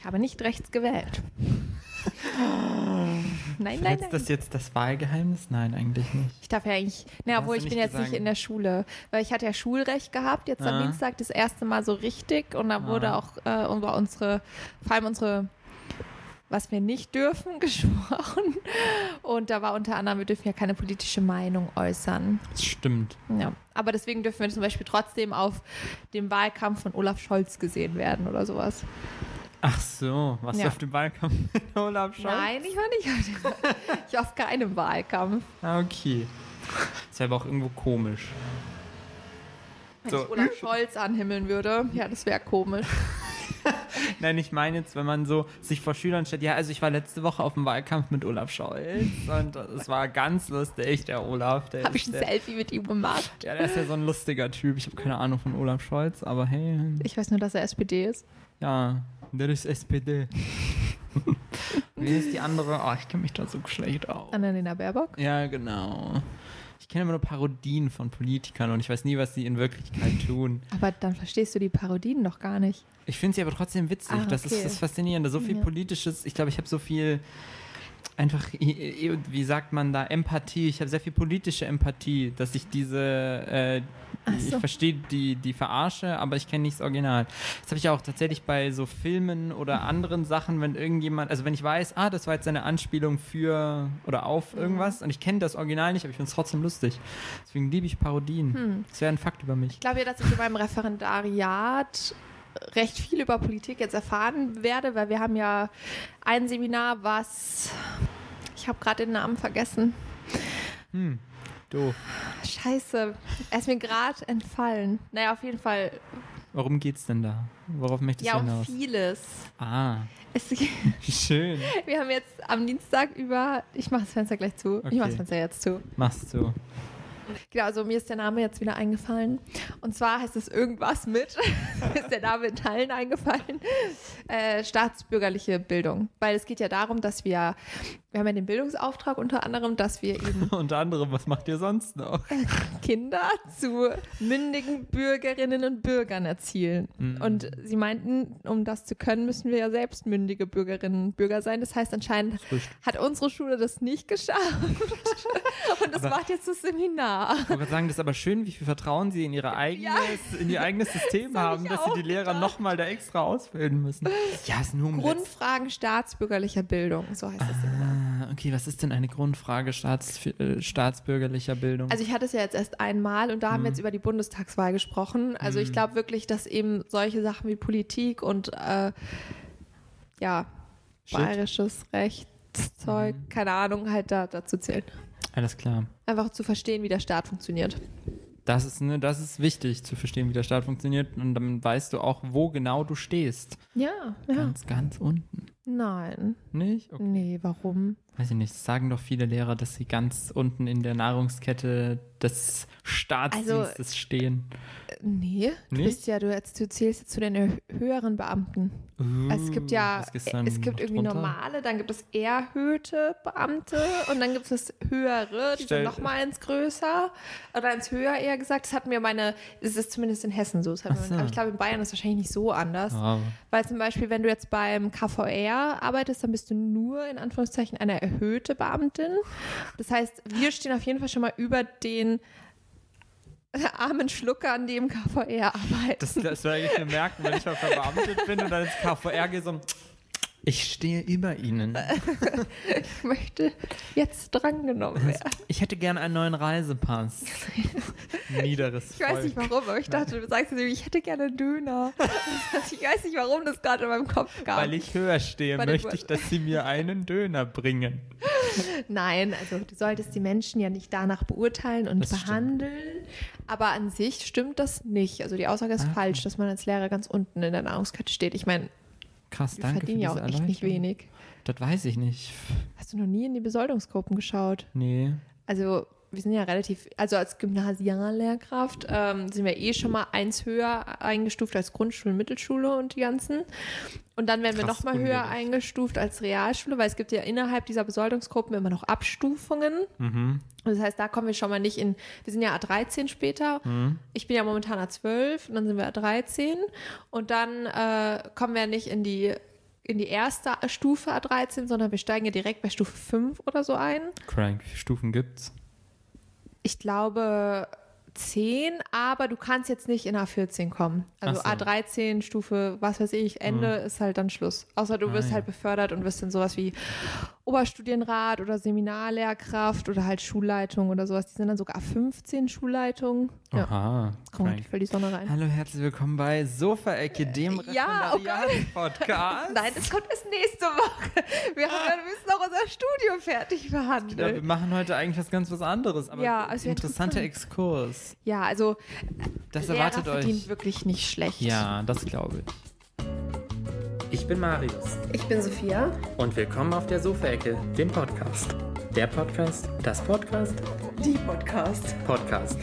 Ich habe nicht rechts gewählt. Nein. Ist das jetzt das Wahlgeheimnis? Nein, eigentlich nicht. Ich darf ja eigentlich, Darfst obwohl du ich bin nicht jetzt nicht in der Schule, weil ich hatte ja Schulrecht gehabt, jetzt am Dienstag das erste Mal so richtig und da wurde auch über vor allem unsere, was wir nicht dürfen, gesprochen und da war unter anderem, wir dürfen ja keine politische Meinung äußern. Das stimmt. Ja, aber deswegen dürfen wir zum Beispiel trotzdem auf dem Wahlkampf von Olaf Scholz gesehen werden oder sowas. Ach so, warst du auf dem Wahlkampf mit Olaf Scholz? Nein, ich war nicht auf keinem Wahlkampf. Ah, okay. Das wäre aber auch irgendwo komisch. Wenn ich Olaf Scholz anhimmeln würde, ja, das wäre komisch. Nein, ich meine jetzt, wenn man so sich vor Schülern stellt, ja, also ich war letzte Woche auf dem Wahlkampf mit Olaf Scholz und es war ganz lustig, der Olaf. Habe ich ein Selfie mit ihm gemacht? Ja, der ist ja so ein lustiger Typ. Ich habe keine Ahnung von Olaf Scholz, aber hey. Ich weiß nur, dass er SPD ist. Ja, der ist SPD. Wie ist die andere? Oh, ich kenne mich da so schlecht aus. Annalena Baerbock? Ja, genau. Ich kenne immer nur Parodien von Politikern und ich weiß nie, was sie in Wirklichkeit tun. Aber dann verstehst du die Parodien doch gar nicht. Ich finde sie aber trotzdem witzig. Okay. Das ist das Faszinierende. So viel Politisches. Ich glaube, ich habe so viel einfach, wie sagt man da, Empathie. Ich habe sehr viel politische Empathie, dass ich ich verstehe die Verarsche, aber ich kenne nicht das Original. Das habe ich auch tatsächlich bei so Filmen oder anderen Sachen, wenn irgendjemand, also wenn ich weiß, das war jetzt eine Anspielung für oder auf irgendwas und ich kenne das Original nicht, aber ich finde es trotzdem lustig. Deswegen liebe ich Parodien. Das wäre ein Fakt über mich. Ich glaube ja, dass ich in meinem Referendariat recht viel über Politik jetzt erfahren werde, weil wir haben ja ein Seminar, ich habe gerade den Namen vergessen. Doof. Scheiße, er ist mir gerade entfallen. Naja, auf jeden Fall. Worum geht's denn da? Worauf möchtest du hinaus? Ja, um vieles. Schön. Wir haben jetzt am Dienstag ich mache das Fenster gleich zu. Okay. Ich mache das Fenster jetzt zu. Machst du. Genau, also mir ist der Name jetzt wieder eingefallen. Und zwar heißt es irgendwas mit, mir ist der Name in Teilen eingefallen, staatsbürgerliche Bildung. Weil es geht ja darum, dass wir haben ja den Bildungsauftrag unter anderem, dass wir eben unter anderem, was macht ihr sonst noch? Kinder zu mündigen Bürgerinnen und Bürgern erzielen. Und sie meinten, um das zu können, müssen wir ja selbst mündige Bürgerinnen und Bürger sein. Das heißt, anscheinend hat unsere Schule das nicht geschafft. Und das macht jetzt das Seminar. Ich wollte sagen, das ist aber schön, wie viel Vertrauen sie in ihr eigenes System haben, dass sie die Lehrer nochmal da extra ausbilden müssen. Ja, ist nur Grundfragen staatsbürgerlicher Bildung, so heißt das Seminar. Okay, was ist denn eine Grundfrage staatsbürgerlicher Bildung? Also ich hatte es ja jetzt erst einmal und da haben wir jetzt über die Bundestagswahl gesprochen. Also ich glaube wirklich, dass eben solche Sachen wie Politik und bayerisches Rechtszeug, keine Ahnung, halt dazu zählen. Alles klar. Einfach zu verstehen, wie der Staat funktioniert. Das ist wichtig, zu verstehen, wie der Staat funktioniert. Und dann weißt du auch, wo genau du stehst. Ja. Ganz unten. Nein. Nicht? Okay. Nee, warum? Weiß ich nicht. Das sagen doch viele Lehrer, dass sie ganz unten in der Nahrungskette des Staatsdienstes stehen. Nee, du zählst jetzt zu den höheren Beamten. Es gibt irgendwie normale, dann gibt es erhöhte Beamte und dann gibt es höhere, die sind nochmal eins größer oder eins höher eher gesagt. Es ist zumindest in Hessen so. Aber ich glaube, in Bayern ist es wahrscheinlich nicht so anders. Oh. Weil zum Beispiel, wenn du jetzt beim KVR arbeitest, dann bist du nur in Anführungszeichen eine erhöhte Beamtin. Das heißt, wir stehen auf jeden Fall schon mal über den armen Schluckern, die im KVR arbeiten. Das werde ich mir merken, wenn ich mal verbeamtet bin und dann ins KVR gehe, so, ich stehe über Ihnen. Ich möchte jetzt drangenommen werden. Ich hätte gerne einen neuen Reisepass. Niederes Ich weiß nicht warum, aber ich dachte, du sagst jetzt, ich hätte gerne einen Döner. Ich weiß nicht, warum das gerade in meinem Kopf kam. Weil ich höher stehe, möchte ich, dass Sie mir einen Döner bringen. Nein, also du solltest die Menschen ja nicht danach beurteilen und behandeln. Aber an sich stimmt das nicht. Also die Aussage ist falsch, dass man als Lehrer ganz unten in der Nahrungskette steht. Ich meine, krass, wir danke verdienen ja auch echt nicht wenig. Das weiß ich nicht. Hast du noch nie in die Besoldungsgruppen geschaut? Nee. Also wir sind ja als Gymnasiallehrkraft sind wir schon mal eins höher eingestuft als Grundschule, Mittelschule und die ganzen. Und dann werden wir noch mal höher eingestuft als Realschule, weil es gibt ja innerhalb dieser Besoldungsgruppen immer noch Abstufungen. Und das heißt, da kommen wir schon mal nicht wir sind ja A13 später. Ich bin ja momentan A12 und dann sind wir A13. Und dann kommen wir nicht in die in die erste Stufe A13, sondern wir steigen ja direkt bei Stufe 5 oder so ein. Crank, wie viele Stufen gibt's? Ich glaube 10, aber du kannst jetzt nicht in A14 kommen. Also Ach so. A13 Stufe, was weiß ich, Ende ist halt dann Schluss. Außer du wirst halt befördert und wirst dann sowas wie Oberstudienrat oder Seminarlehrkraft oder halt Schulleitung oder sowas. Die sind dann sogar A15 Schulleitung. Ja. Aha, Kommt voll die Sonne rein. Hallo, herzlich willkommen bei Sofa-Ecke, dem Referendariat-Podcast. Nein, das kommt erst nächste Woche. Wir müssen noch unser Studium fertig verhandeln. Ja, wir machen heute eigentlich was anderes, aber Ja, also interessanter Exkurs. Ja, also Das Lehrer erwartet verdient euch. wirklich nicht schlecht. Ja, das glaube ich. Ich bin Marius Ich bin Sophia. und willkommen auf der Sofa-Ecke, dem Podcast. Der Podcast, das Podcast, Die Podcast. Podcast.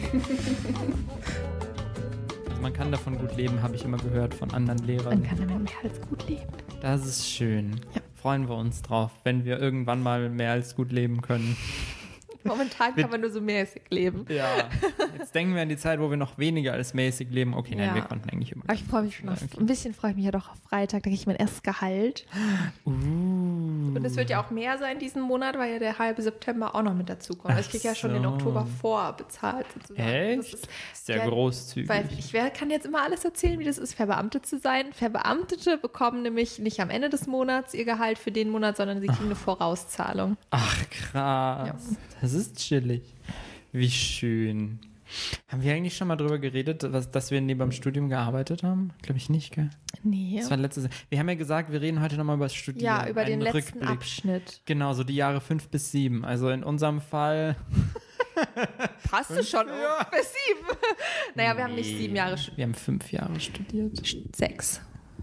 Also man kann davon gut leben, habe ich immer gehört von anderen Lehrern. Man kann damit mehr als gut leben. Das ist schön. Ja. Freuen wir uns drauf, wenn wir irgendwann mal mehr als gut leben können. Momentan kann man nur so mäßig leben. Ja. Jetzt denken wir an die Zeit, wo wir noch weniger als mäßig leben. Okay, nein, Ja. wir konnten eigentlich immer. Aber ich freue mich schon auf, Okay. ein bisschen freue ich mich ja doch auf Freitag, da kriege ich mein erstes Gehalt. Und es wird ja auch mehr sein diesen Monat, weil ja der halbe September auch noch mit dazukommt. Also ich kriege ja schon den so. Oktober vorbezahlt sozusagen. Echt? Das ist Sehr ja, großzügig. Weil kann jetzt immer alles erzählen, wie das ist, Verbeamtet zu sein. Verbeamtete bekommen nämlich nicht am Ende des Monats ihr Gehalt für den Monat, sondern sie kriegen eine Vorauszahlung. Ach, krass. Ja. Das ist chillig. Wie schön. Haben wir eigentlich schon mal drüber geredet, dass wir neben beim Studium gearbeitet haben? Glaube ich nicht, gell? Nee. Das war letztes. Wir haben ja gesagt, wir reden heute nochmal über das Studieren. Ja, über den Einen letzten Rückblick. Abschnitt. Genau, so die Jahre 5 bis 7. Also in unserem Fall. Passt es schon Ja. bis 7? Naja, wir haben nicht 7 Jahre studiert. Wir haben 5 Jahre studiert. 6.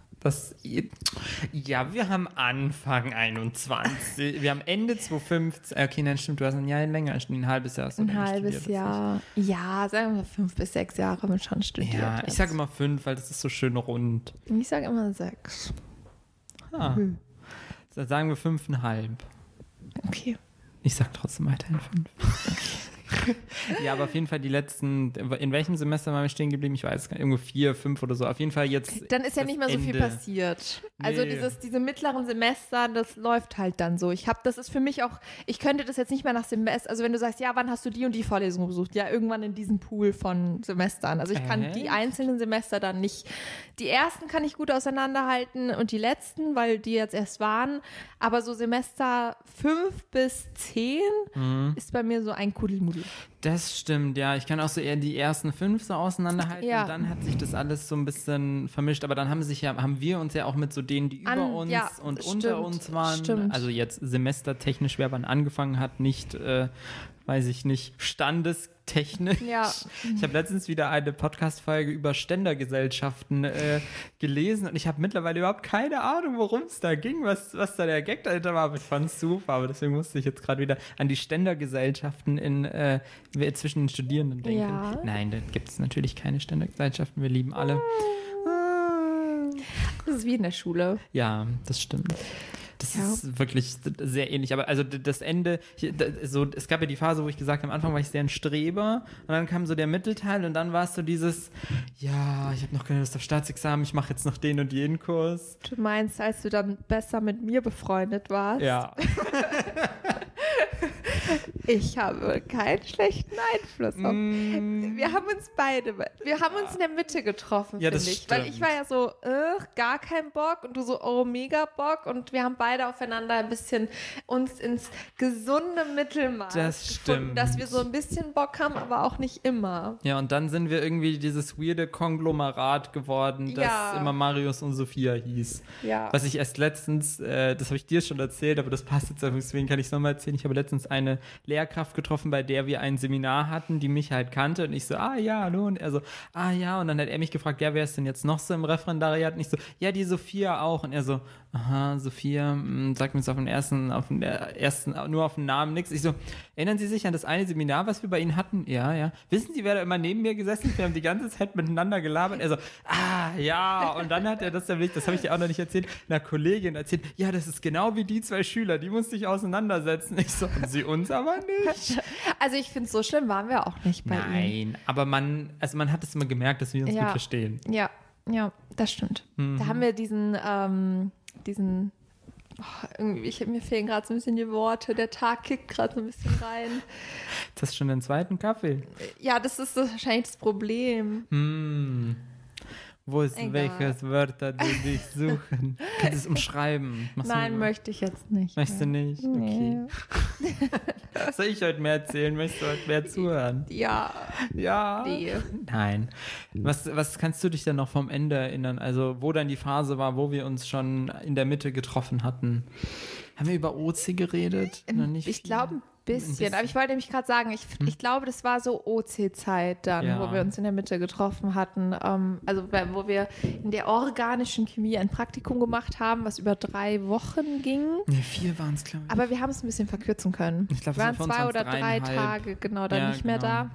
Ja, wir haben Anfang 21. Wir haben Ende 2015. Okay, nein, stimmt, du hast ein Jahr länger, ein halbes Jahr. Hast du Ein länger halbes studiert, Jahr. Ja, sagen wir 5 bis 6 Jahre haben wir schon studiert. Ja, ich sage immer 5, weil das ist so schön rund. Ich sage immer 6. Ah. Dann sagen wir 5,5. Okay. Ich sag trotzdem weiterhin 5. Ja, aber auf jeden Fall die letzten, in welchem Semester waren wir stehen geblieben? Ich weiß gar nicht, irgendwo 4, 5 oder so. Auf jeden Fall jetzt. Dann ist ja das nicht mehr so viel Ende. passiert. Also Nee. diese mittleren Semester, das läuft halt dann so. Das ist für mich auch, ich könnte das jetzt nicht mehr nach Semester, also wenn du sagst, ja, wann hast du die und die Vorlesung besucht? Ja, irgendwann in diesem Pool von Semestern. Also ich kann die Echt? einzelnen Semester dann nicht, die ersten kann ich gut auseinanderhalten und die letzten, weil die jetzt erst waren. Aber so Semester 5 bis 10 ist bei mir so ein Kuddelmuddel. Das stimmt, ja. Ich kann auch so eher die ersten 5 so auseinanderhalten. Ja. Und dann hat sich das alles so ein bisschen vermischt. Aber dann haben wir uns ja auch mit so denen, die über uns ja, und stimmt, unter uns waren. stimmt. Also jetzt semestertechnisch, wer wann angefangen hat, nicht, weiß ich nicht, standestechnisch. Ja. Ich habe letztens wieder eine Podcast-Folge über Ständergesellschaften gelesen und ich habe mittlerweile überhaupt keine Ahnung, worum es da ging, was da der Gag dahinter war. Aber ich fand es super, aber deswegen musste ich jetzt gerade wieder an die Ständergesellschaften zwischen den Studierenden denken. Ja. Nein, da gibt es natürlich keine Ständergesellschaften, wir lieben alle. Das ist wie in der Schule. Ja, das stimmt. Das Ja. ist wirklich sehr ähnlich. Aber also das Ende, es gab ja die Phase, wo ich gesagt habe, am Anfang war ich sehr ein Streber und dann kam so der Mittelteil und dann war es so dieses, ja, ich habe noch keine Lust auf Staatsexamen, ich mache jetzt noch den und jenen Kurs. Du meinst, als du dann besser mit mir befreundet warst? Ja. Ich habe keinen schlechten Einfluss auf. Wir haben uns in der Mitte getroffen, Ja, finde das ich. Weil ich stimmt. war ja so, gar kein Bock und du so, oh, mega Bock und wir haben beide aufeinander ein bisschen uns ins gesunde Mittelmaß Das gefunden, stimmt. dass wir so ein bisschen Bock haben, aber auch nicht immer. Ja, und dann sind wir irgendwie dieses weirde Konglomerat geworden, das Ja. immer Marius und Sophia hieß. Ja. Was ich erst letztens, das habe ich dir schon erzählt, aber das passt jetzt, deswegen kann ich es nochmal erzählen. Ich habe letztens eine Lehrkraft getroffen, bei der wir ein Seminar hatten, die mich halt kannte und ich so, ah ja, hallo, und er so, ah ja, und dann hat er mich gefragt, ja, wer ist denn jetzt noch so im Referendariat? Und ich so, ja, die Sophia auch, und er so, aha, Sophia, sagt mir jetzt nur auf den Namen nichts. Ich so, erinnern Sie sich an das eine Seminar, was wir bei Ihnen hatten? Ja, ja. Wissen Sie, wer da immer neben mir gesessen ist? Wir haben die ganze Zeit miteinander gelabert. Er so, ah, ja. Und dann hat er das habe ich dir auch noch nicht erzählt, einer Kollegin erzählt, ja, das ist genau wie die 2 Schüler, die musste ich auseinandersetzen. Ich so, und sie uns aber nicht. Also ich finde, so schlimm waren wir auch nicht bei ihm. Nein, aber man hat es immer gemerkt, dass wir uns Ja. gut verstehen. Ja, das stimmt. Da haben wir diesen diesen irgendwie, mir fehlen gerade so ein bisschen die Worte. Der Tag kickt gerade so ein bisschen rein. Das ist schon den zweiten Kaffee. Ja, das ist wahrscheinlich das Problem. Wo ist welches Wörter die dich suchen? Kannst du es umschreiben? Nein, möchte ich jetzt nicht. Möchtest du nicht? Okay. Soll ich heute mehr erzählen? Möchtest du heute mehr zuhören? Ja. Nee. Nein. Was kannst du dich denn noch vom Ende erinnern? Also, wo dann die Phase war, wo wir uns schon in der Mitte getroffen hatten? Haben wir über OC geredet? Ich glaube ein bisschen. Aber ich wollte nämlich gerade sagen, ich glaube, das war so OC-Zeit dann, wo wir uns in der Mitte getroffen hatten. Also wo wir in der organischen Chemie ein Praktikum gemacht haben, was über 3 Wochen ging. Ne, 4 waren es, glaube ich. Aber wir haben es ein bisschen verkürzen können. Ich glaube, wir waren 2 oder 3 Tage nicht mehr da.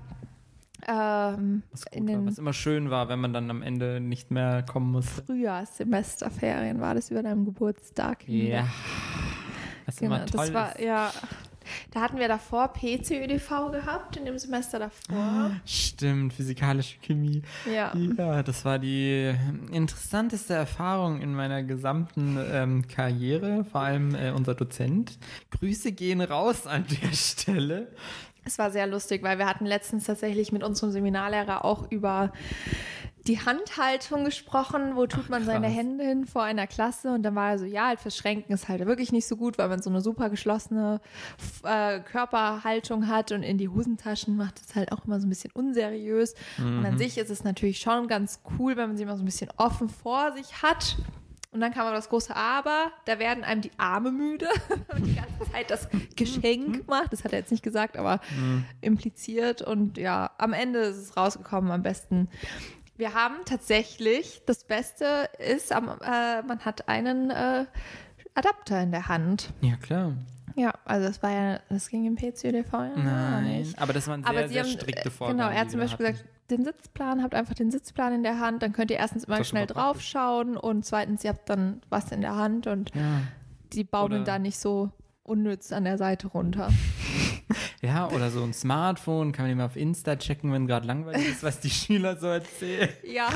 Was immer schön war, wenn man dann am Ende nicht mehr kommen musste. Frühjahrssemesterferien war das über deinem Geburtstag. Ja. Was immer toll ist. Da hatten wir davor PC-ÖDV gehabt, in dem Semester davor. Stimmt, physikalische Chemie. Ja, das war die interessanteste Erfahrung in meiner gesamten Karriere, vor allem unser Dozent. Grüße gehen raus an der Stelle. Es war sehr lustig, weil wir hatten letztens tatsächlich mit unserem Seminarlehrer auch über die Handhaltung gesprochen, wo tut man seine Hände hin vor einer Klasse, und dann war er so, ja, halt fürs Schränken ist halt wirklich nicht so gut, weil man so eine super geschlossene Körperhaltung hat, und in die Hosentaschen macht es halt auch immer so ein bisschen unseriös. Und an sich ist es natürlich schon ganz cool, wenn man sie immer so ein bisschen offen vor sich hat. Und dann kam aber das große Aber, da werden einem die Arme müde, wenn man die ganze Zeit das Geschenk macht. Das hat er jetzt nicht gesagt, aber impliziert. Und ja, am Ende ist es rausgekommen, am besten. Wir haben tatsächlich, das Beste ist, man hat einen Adapter in der Hand. Ja, klar. Ja, also das ging im PC-ÖDV ja nicht. Aber das waren sehr strikte Vorgaben. Genau, er hat zum Beispiel gesagt, habt einfach den Sitzplan in der Hand, dann könnt ihr erstens immer schnell draufschauen und zweitens, ihr habt dann was in der Hand und die baumeln da nicht so unnütz an der Seite runter. Ja, oder so ein Smartphone, kann man immer auf Insta checken, wenn gerade langweilig ist, was die Schüler so erzählen. Ja,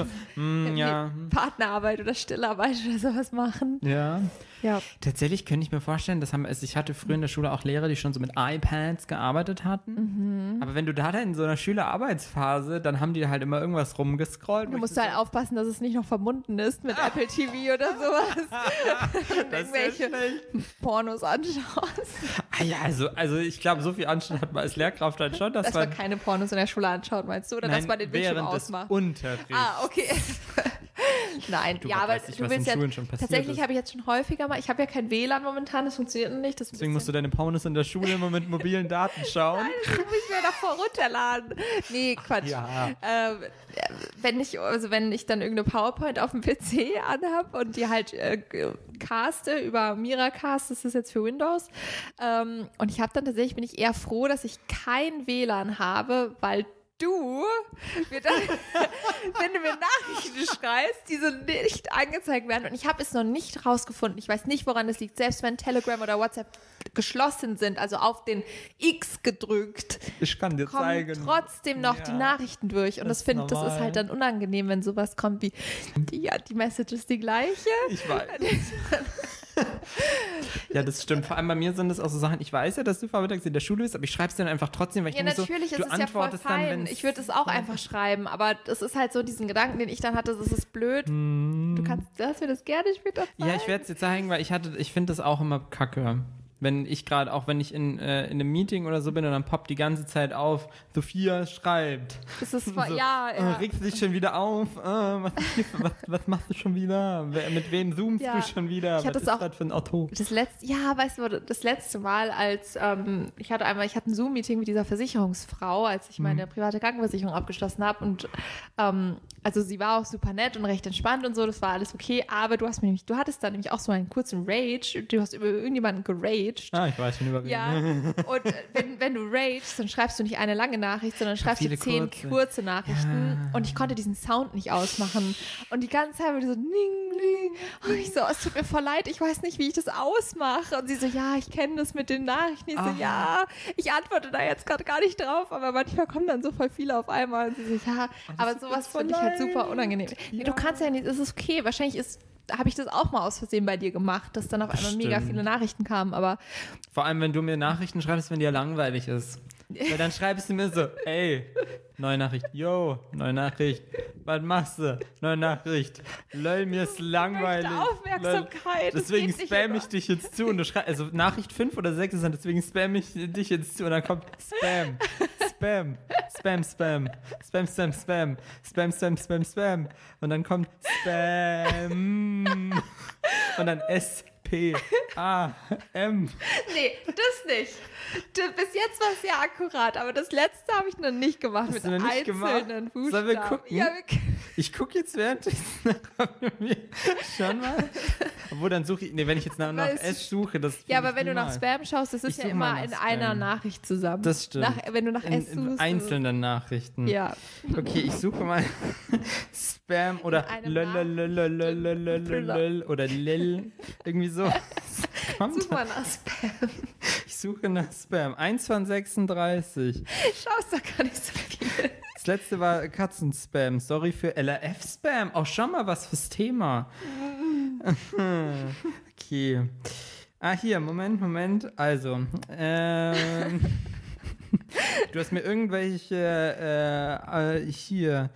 Partnerarbeit oder Stillarbeit oder sowas machen. Ja. Tatsächlich könnte ich mir vorstellen, ich hatte früher in der Schule auch Lehrer, die schon so mit iPads gearbeitet hatten. Aber wenn du da in so einer Schülerarbeitsphase, dann haben die halt immer irgendwas rumgescrollt. Du musst halt aufpassen, dass es nicht noch verbunden ist mit Apple TV oder sowas. Und irgendwelche Pornos anschaust. Ja, also ich glaube, so viel Anstand hat man als Lehrkraft dann schon, dass man keine Pornos in der Schule anschaut, meinst du? Oder dass man den Bildschirm ausmacht? Unterrichts. Okay. Nein, aber du willst ja, tatsächlich habe ich jetzt schon häufiger mal, ich habe ja kein WLAN momentan, das funktioniert noch nicht. Deswegen musst du deine Pornos in der Schule immer mit mobilen Daten schauen. Nein, das muss ich mir davor runterladen. Nee, Quatsch. Ja. Wenn ich dann irgendeine PowerPoint auf dem PC anhab und die halt caste über Miracast, das ist jetzt für Windows, und ich habe dann tatsächlich, bin ich eher froh, dass ich kein WLAN habe, weil wenn du mir Nachrichten schreibst, die so nicht angezeigt werden, und ich habe es noch nicht rausgefunden, ich weiß nicht, woran es liegt, selbst wenn Telegram oder WhatsApp geschlossen sind, also auf den X gedrückt, ich kann dir zeigen, trotzdem noch die Nachrichten durch, und das ist halt dann unangenehm, wenn sowas kommt wie, die Message ist die gleiche. Ich weiß. Ja, das stimmt. Vor allem bei mir sind das auch so Sachen, ich weiß ja, dass du vormittags in der Schule bist, aber ich schreibe es dann einfach trotzdem, weil ich denke natürlich ist es ja voll fein. Ich würde es auch einfach schreiben, aber das ist halt so diesen Gedanken, den ich dann hatte, das ist blöd. Du darfst mir das gerne später zeigen. Ja, ich werde es dir zeigen, weil ich finde das auch immer kacke. Wenn ich in einem Meeting oder so bin und dann poppt die ganze Zeit auf, Sophia schreibt. Das ist regst du dich schon wieder auf? Was machst du schon wieder? Mit wem zoomst du schon wieder? Was ist das für ein Auto? Das letzte Mal, als ich hatte ein Zoom-Meeting mit dieser Versicherungsfrau, als ich meine private Krankenversicherung abgeschlossen habe, und also sie war auch super nett und recht entspannt und so, das war alles okay, aber du hattest da nämlich auch so einen kurzen Rage, du hast über irgendjemanden geraged. Ich weiß schon über wen. Ja, und wenn du ragest, dann schreibst du nicht eine lange Nachricht, sondern schreibst du 10 kurze Nachrichten, und ich konnte diesen Sound nicht ausmachen, und die ganze Zeit wurde so ning, ning, und ich so, es tut mir voll leid, ich weiß nicht, wie ich das ausmache, und sie so, ja, ich kenne das mit den Nachrichten, ich so, ja, ich antworte da jetzt gerade gar nicht drauf, aber manchmal kommen dann so voll viele auf einmal, und sie so, ja, aber sowas finde ich halt super unangenehm. Nee, du kannst ja nicht, es ist okay, wahrscheinlich ist habe ich das auch mal aus Versehen bei dir gemacht, dass dann auf einmal mega viele Nachrichten kamen, aber... Vor allem, wenn du mir Nachrichten schreibst, wenn dir langweilig ist. Weil dann schreibst du mir so, ey, neue Nachricht, yo, neue Nachricht, was machst du? Neue Nachricht, lol, mir ist langweilig. Ich möchte Aufmerksamkeit. Deswegen spam ich dich jetzt zu und du schreibst, also Nachricht 5 oder 6 ist dann, deswegen spam ich dich jetzt zu und dann kommt Spam, Spam, Spam, Spam, Spam, Spam, Spam, Spam, Spam, Spam, Spam und dann kommt Spam und dann S-P-A-M. Nee, das nicht. Bis jetzt war es sehr akkurat, aber das letzte habe ich noch nicht gemacht. Hast mit du noch nicht einzelnen Buchstaben. Sollen wir gucken? Ja, ich gucke jetzt währenddessen schon mal. Obwohl, dann suche ich, wenn ich jetzt nach S suche, das ja, aber wenn du nach Spam schaust, das ist ja immer in einer Nachricht zusammen. Das stimmt. Wenn du nach S suchst. In einzelnen Nachrichten. Ja. Okay, ich suche mal Spam oder oder Lil. Irgendwie so. Such mal nach Spam. Ich suche nach Spam. 1 von 36. Schaust doch gar nicht so viel. Das letzte war Katzenspam. Sorry für LRF-Spam. Auch schon mal was fürs Thema. Okay. Hier, Moment. Also, du hast mir irgendwelche, hier,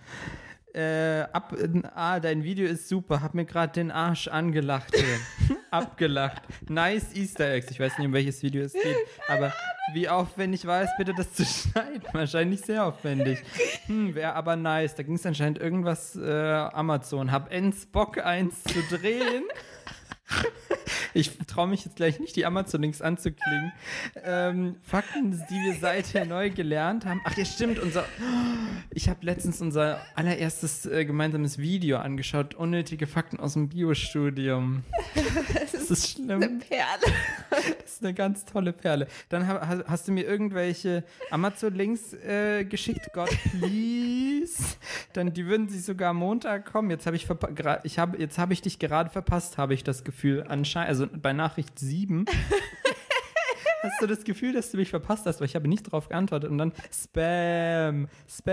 dein Video ist super, hab mir gerade den Arsch angelacht. Abgelacht. Nice Easter Eggs. Ich weiß nicht, um welches Video es geht, aber wie aufwendig war es bitte, das zu schneiden? Wahrscheinlich sehr aufwendig. Wäre aber nice. Da ging es anscheinend irgendwas Amazon. Hab Bock, eins zu drehen. Ich traue mich jetzt gleich nicht, die Amazon-Links anzuklicken. Fakten, die wir seither neu gelernt haben. Ach ja, stimmt. Ich habe letztens unser allererstes gemeinsames Video angeschaut. Unnötige Fakten aus dem Biostudium. Das ist schlimm. Eine Perle. Das ist eine ganz tolle Perle. Dann hast du mir irgendwelche Amazon-Links geschickt. God, please. Dann, die würden sie sogar am Montag kommen. Jetzt habe ich dich gerade verpasst, habe ich das Gefühl. Anscheinend, also bei Nachricht 7. Hast du das Gefühl, dass du mich verpasst hast, weil ich habe nicht drauf geantwortet und dann Spam.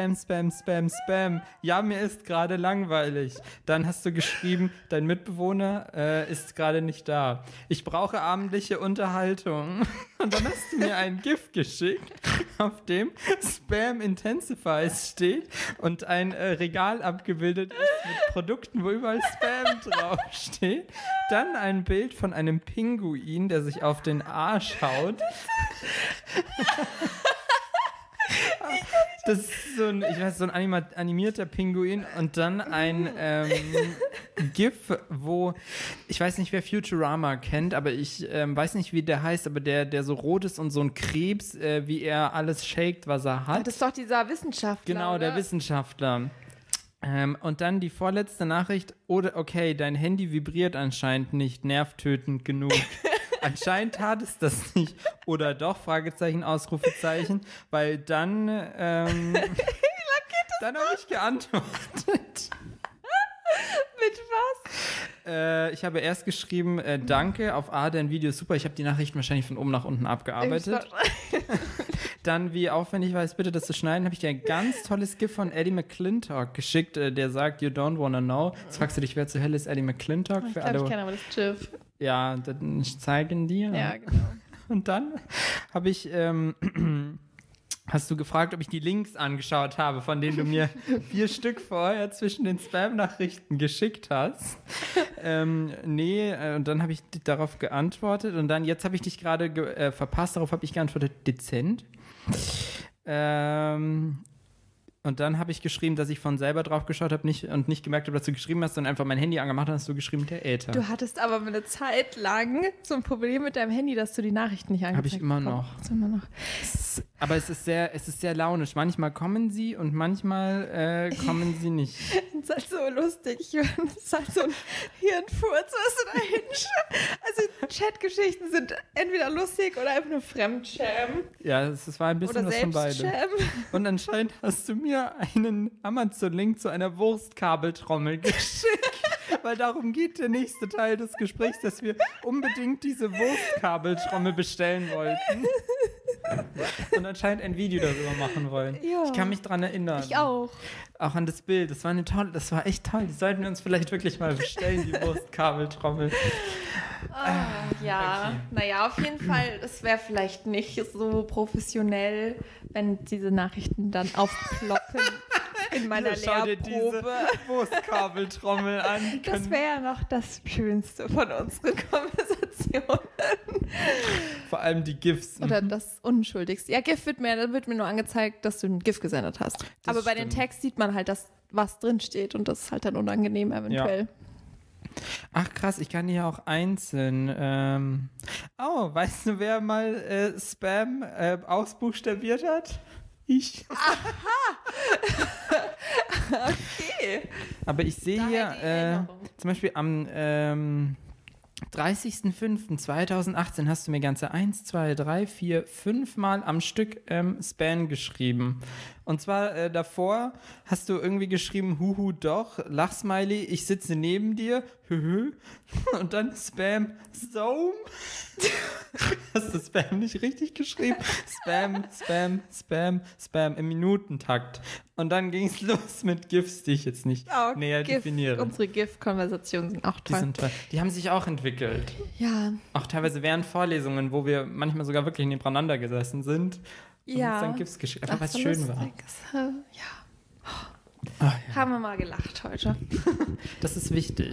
Ja, mir ist gerade langweilig. Dann hast du geschrieben, dein Mitbewohner ist gerade nicht da. Ich brauche abendliche Unterhaltung. Und dann hast du mir ein GIF geschickt, auf dem Spam Intensifies steht und ein Regal abgebildet ist mit Produkten, wo überall Spam draufsteht. Dann ein Bild von einem Pinguin, der sich auf den Arsch haut. Das ist so ein animierter Pinguin und dann ein GIF, wo, ich weiß nicht, wer Futurama kennt, aber ich weiß nicht, wie der heißt, aber der so rot ist und so ein Krebs, wie er alles shakt, was er hat. Das ist doch dieser Wissenschaftler. Genau, oder? Der Wissenschaftler. Und dann die vorletzte Nachricht, okay, dein Handy vibriert anscheinend nicht nervtötend genug. Anscheinend tat es das nicht. Oder doch, Fragezeichen, Ausrufezeichen, weil dann, dann habe ich geantwortet. Mit was? Ich habe erst geschrieben, danke, auf dein Video ist super. Ich habe die Nachrichten wahrscheinlich von oben nach unten abgearbeitet. Dann, wie aufwendig war es bitte, das zu schneiden, habe ich dir ein ganz tolles GIF von Eddie McClintock geschickt, der sagt, you don't wanna know. Jetzt fragst du dich, wer zur Hölle ist Eddie McClintock? Ich glaube, ich kenne aber das GIF. Ja, dann zeigen dir. Ja, genau. Und dann habe ich, hast du gefragt, ob ich die Links angeschaut habe, von denen du mir 4 Stück vorher zwischen den Spam-Nachrichten geschickt hast. Nee, und dann habe ich darauf geantwortet und dann, jetzt habe ich dich gerade verpasst, darauf habe ich geantwortet, dezent. Und dann habe ich geschrieben, dass ich von selber drauf geschaut habe und nicht gemerkt habe, dass du geschrieben hast, sondern einfach mein Handy angemacht hast, hast du geschrieben, der Äther. Du hattest aber eine Zeit lang so ein Problem mit deinem Handy, dass du die Nachrichten nicht angezeigt hast. Habe ich immer noch. Aber es ist sehr launisch. Manchmal kommen sie und manchmal kommen sie nicht. Das ist halt so lustig. Es ist halt so ein Hirnfurz, was du da hinschaust. Also Chatgeschichten sind entweder lustig oder einfach nur Fremdschämen. Ja, es war ein bisschen oder was von beidem. Und anscheinend hast du mir einen Amazon-Link zu einer Wurstkabeltrommel geschickt. Weil darum geht der nächste Teil des Gesprächs, dass wir unbedingt diese Wurstkabeltrommel bestellen wollten. Und anscheinend ein Video darüber machen wollen. Ja. Ich kann mich dran erinnern. Ich auch. Auch an das Bild. Das war echt toll. Die sollten wir uns vielleicht wirklich mal bestellen, die Wurstkabeltrommel. Ja, okay. Naja, auf jeden Fall, es wäre vielleicht nicht so professionell, wenn diese Nachrichten dann aufploppen in meiner Lehrprobe. Schau dir diese Wurstkabeltrommel an. Das wäre ja noch das Schönste von unseren Konversationen. Vor allem die GIFs. Oder das Unschuldigste. Ja, GIF wird mir nur angezeigt, dass du ein GIF gesendet hast. Aber bei den Text sieht man halt, was drin steht und das ist halt dann unangenehm eventuell. Ja. Ach krass, ich kann die ja auch einzeln. Weißt du, wer mal Spam ausbuchstabiert hat? Ich. Aha! Okay. Aber ich sehe hier zum Beispiel am 30.05.2018 hast du mir ganze 1, 2, 3, 4, 5 Mal am Stück Spam geschrieben. Und zwar davor hast du irgendwie geschrieben, huhu doch, Lachsmiley, ich sitze neben dir, und dann Spam, so. Hast du Spam nicht richtig geschrieben? Spam, Spam, Spam, Spam im Minutentakt. Und dann ging es los mit GIFs, die ich jetzt nicht näher definiere. Unsere GIF-Konversationen sind auch toll. Die sind toll. Die haben sich auch entwickelt. Ja. Auch teilweise während Vorlesungen, wo wir manchmal sogar wirklich nebeneinander gesessen sind. Und uns dann GIFs geschickt. Einfach weil es schön war. Haben wir mal gelacht heute. Das ist wichtig.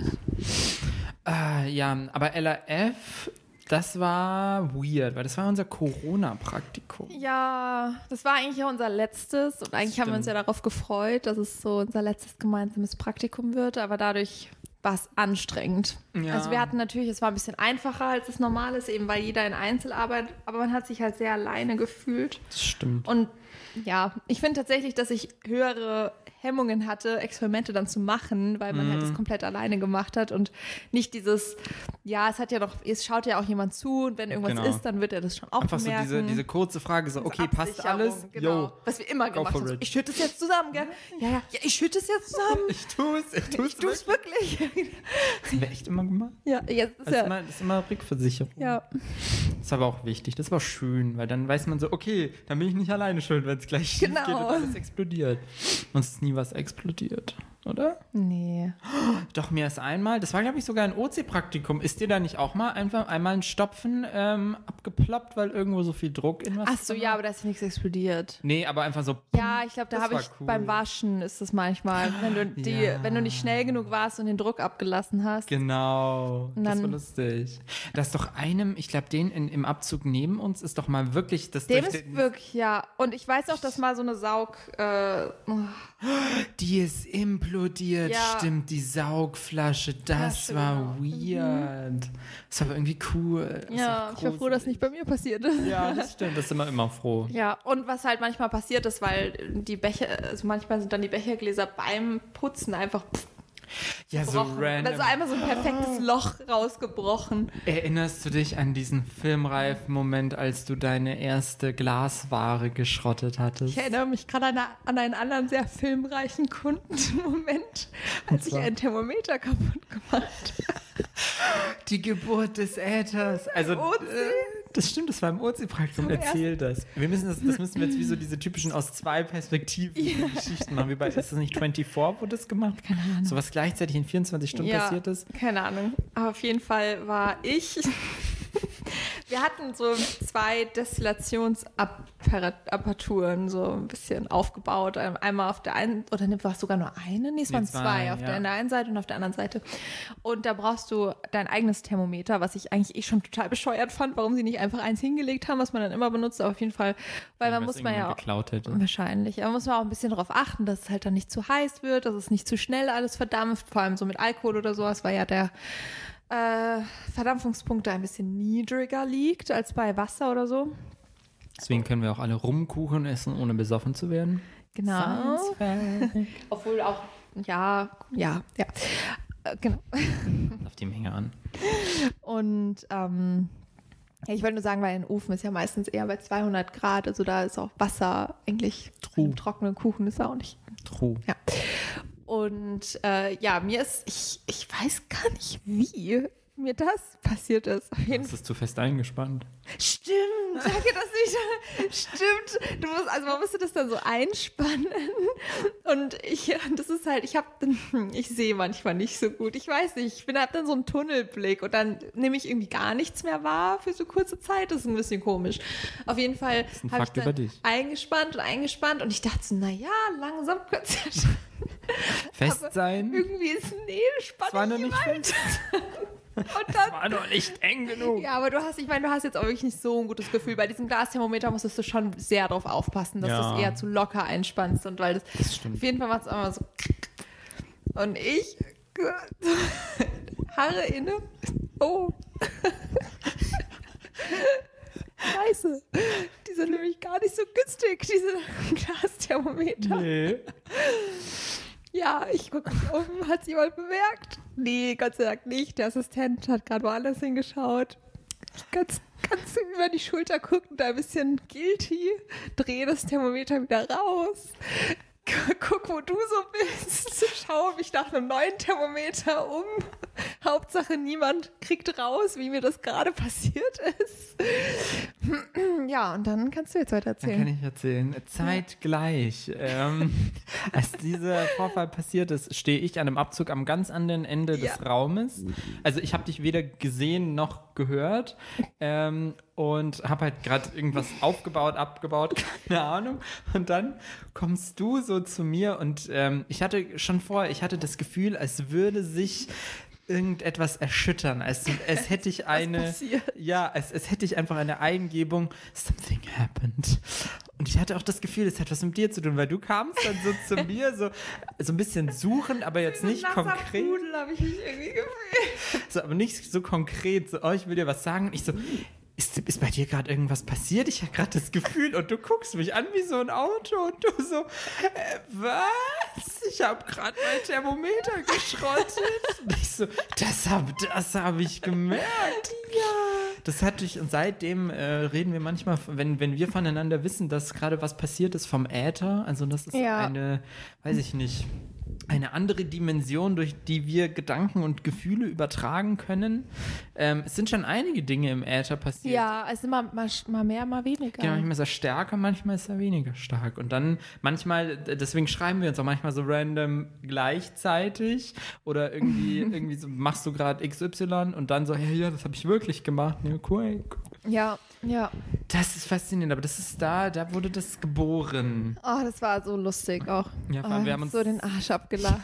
Aber LRF, das war weird, weil das war unser Corona-Praktikum. Ja, das war eigentlich ja unser letztes und eigentlich haben wir uns ja darauf gefreut, dass es so unser letztes gemeinsames Praktikum wird, aber dadurch war es anstrengend. Ja. Also wir hatten natürlich, es war ein bisschen einfacher als das Normale ist, eben weil jeder in Einzelarbeit, aber man hat sich halt sehr alleine gefühlt. Das stimmt. Und ja, ich finde tatsächlich, dass ich höhere Hemmungen hatte, Experimente dann zu machen, weil man halt das komplett alleine gemacht hat und nicht dieses, es schaut ja auch jemand zu und wenn irgendwas ist, dann wird er das schon auch einfach bemerken. So diese kurze Frage, so, okay, passt alles? Genau. Was wir immer gemacht haben. So, ich schütte es jetzt zusammen, gell? Ja, ich schütte es jetzt zusammen. Ich tue es wirklich. Das haben wir echt immer gemacht? Ja, jetzt ist das ist immer Rückversicherung. Ja. Das ist aber auch wichtig, das war schön, weil dann weiß man so, okay, dann bin ich nicht alleine schuld, wenn es gleich schief geht und alles explodiert. Und es ist nie was explodiert, oder? Nee. Doch, mir ist einmal, das war glaube ich sogar ein OC-Praktikum, ist dir da nicht auch mal einmal ein Stopfen abgeploppt, weil irgendwo so viel Druck in was Ach so, ja, aber da ist nichts explodiert. Nee, aber einfach so. Ja, ich glaube, da habe ich beim Waschen ist das manchmal, wenn du nicht schnell genug warst und den Druck abgelassen hast. Genau, das war lustig. Das ist doch ich glaube, den im Abzug neben uns ist doch mal wirklich das. Dem ist wirklich, ja. Und ich weiß auch, dass mal so eine Die ist implodiert, ja. Stimmt, die Saugflasche, das war weird. Das war aber irgendwie cool. Ja, ich war froh, dass nicht bei mir passiert ist. Ja, das stimmt, das ist immer froh. Ja, und was halt manchmal passiert ist, weil die Becher, also manchmal sind dann die Bechergläser beim Putzen einfach ja, so random. Also einmal so ein perfektes Loch rausgebrochen. Erinnerst du dich an diesen filmreifen Moment, als du deine erste Glasware geschrottet hattest? Ich erinnere mich gerade an einen anderen sehr filmreichen Kundenmoment, als ich ein Thermometer kaputt gemacht habe. Die Geburt des Äthers. Also, das stimmt, das war im OC-Praktikum. Erzähl das. Das müssen wir jetzt wie so diese typischen aus zwei Perspektiven Geschichten machen. Wie bei, ist das nicht 24, wo das gemacht? Keine Ahnung. So was gleichzeitig in 24 Stunden passiert ist? Keine Ahnung. Aber auf jeden Fall war ich... Wir hatten so 2 Destillationsapparaturen so ein bisschen aufgebaut. Einmal auf der einen, oder war es sogar nur eine? Nee, es waren 2. Auf der einen Seite und auf der anderen Seite. Und da brauchst du dein eigenes Thermometer, was ich eigentlich schon total bescheuert fand, warum sie nicht einfach eins hingelegt haben, was man dann immer benutzt. Aber auf jeden Fall, weil man muss man ja auch, wahrscheinlich, aber muss man auch ein bisschen darauf achten, dass es halt dann nicht zu heiß wird, dass es nicht zu schnell alles verdampft, vor allem so mit Alkohol oder sowas, weil ja der Verdampfungspunkt da ein bisschen niedriger liegt als bei Wasser oder so. Deswegen können wir auch alle Rumkuchen essen, ohne besoffen zu werden. Genau. Obwohl auch, ja. Genau. Auf die Menge an. Und ich wollte nur sagen, weil ein Ofen ist ja meistens eher bei 200 Grad, also da ist auch Wasser eigentlich im trockenen Kuchen ist auch nicht. True. Ja. Und mir ist, ich weiß gar nicht, wie mir das passiert ist. Du hast es zu fest eingespannt. Stimmt. Danke, dass ich stimmt. Man musste das dann so einspannen. Und das ist halt, ich sehe manchmal nicht so gut. Ich weiß nicht, habe dann so einen Tunnelblick und dann nehme ich irgendwie gar nichts mehr wahr für so kurze Zeit. Das ist ein bisschen komisch. Auf jeden Fall habe ich dann eingespannt und ich dachte so, naja, langsam könnte es ja schon fest sein. Irgendwie ist das war noch nicht fest. Und dann, das war noch nicht eng genug. Ja, aber du hast jetzt auch wirklich nicht so ein gutes Gefühl. Bei diesem Glasthermometer musstest du schon sehr darauf aufpassen, dass du es eher zu locker einspannst. Und weil das stimmt. Auf jeden Fall macht es immer so. Und ich Haare inne. Oh. Scheiße. Die sind nämlich gar nicht so günstig, diese Glasthermometer. Nee. Ja, ich gucke mich um, hat es jemand bemerkt? Nee, Gott sei Dank nicht. Der Assistent hat gerade woanders hingeschaut. Ganz über die Schulter gucken, da ein bisschen guilty, drehe das Thermometer wieder raus. Guck, wo du so bist. Schaue mich nach einem neuen Thermometer um. Hauptsache, niemand kriegt raus, wie mir das gerade passiert ist. Ja, und dann kannst du jetzt weiter erzählen. Dann kann ich erzählen. Zeitgleich, als dieser Vorfall passiert ist, stehe ich an einem Abzug am ganz anderen Ende des Raumes. Also ich habe dich weder gesehen noch gehört und habe halt gerade irgendwas aufgebaut, abgebaut, keine Ahnung. Und dann kommst du so zu mir und ich hatte das Gefühl, als würde sich irgendetwas erschüttern, als hätte ich als hätte ich einfach eine Eingebung, something happened. Und ich hatte auch das Gefühl, es hat was mit dir zu tun, weil du kamst dann so zu mir, so ein bisschen suchend, aber jetzt nicht konkret. Pudel habe ich mich irgendwie gefühlt. So, aber nicht so konkret, so, ich will dir was sagen. Und ich so, ist bei dir gerade irgendwas passiert? Ich habe gerade das Gefühl und du guckst mich an wie so ein Auto und du so, was? Ich habe gerade mein Thermometer geschrottet. Und ich so, das hab ich gemerkt. Ja. Das hatte ich und seitdem reden wir manchmal, wenn wir voneinander wissen, dass gerade was passiert ist vom Äther, also das ist eine, weiß ich nicht, eine andere Dimension, durch die wir Gedanken und Gefühle übertragen können. Es sind schon einige Dinge im Äther passiert. Ja, es ist mal mehr, mal weniger. Genau, manchmal ist er stärker, manchmal ist er weniger stark. Und dann manchmal, deswegen schreiben wir uns auch manchmal so random gleichzeitig oder irgendwie so, machst du gerade XY und dann so, ja, das habe ich wirklich gemacht. Ja, cool. Ja. Das ist faszinierend, aber das ist da wurde das geboren. Oh, das war so lustig auch. Ja, wir haben uns so den Arsch abgelacht.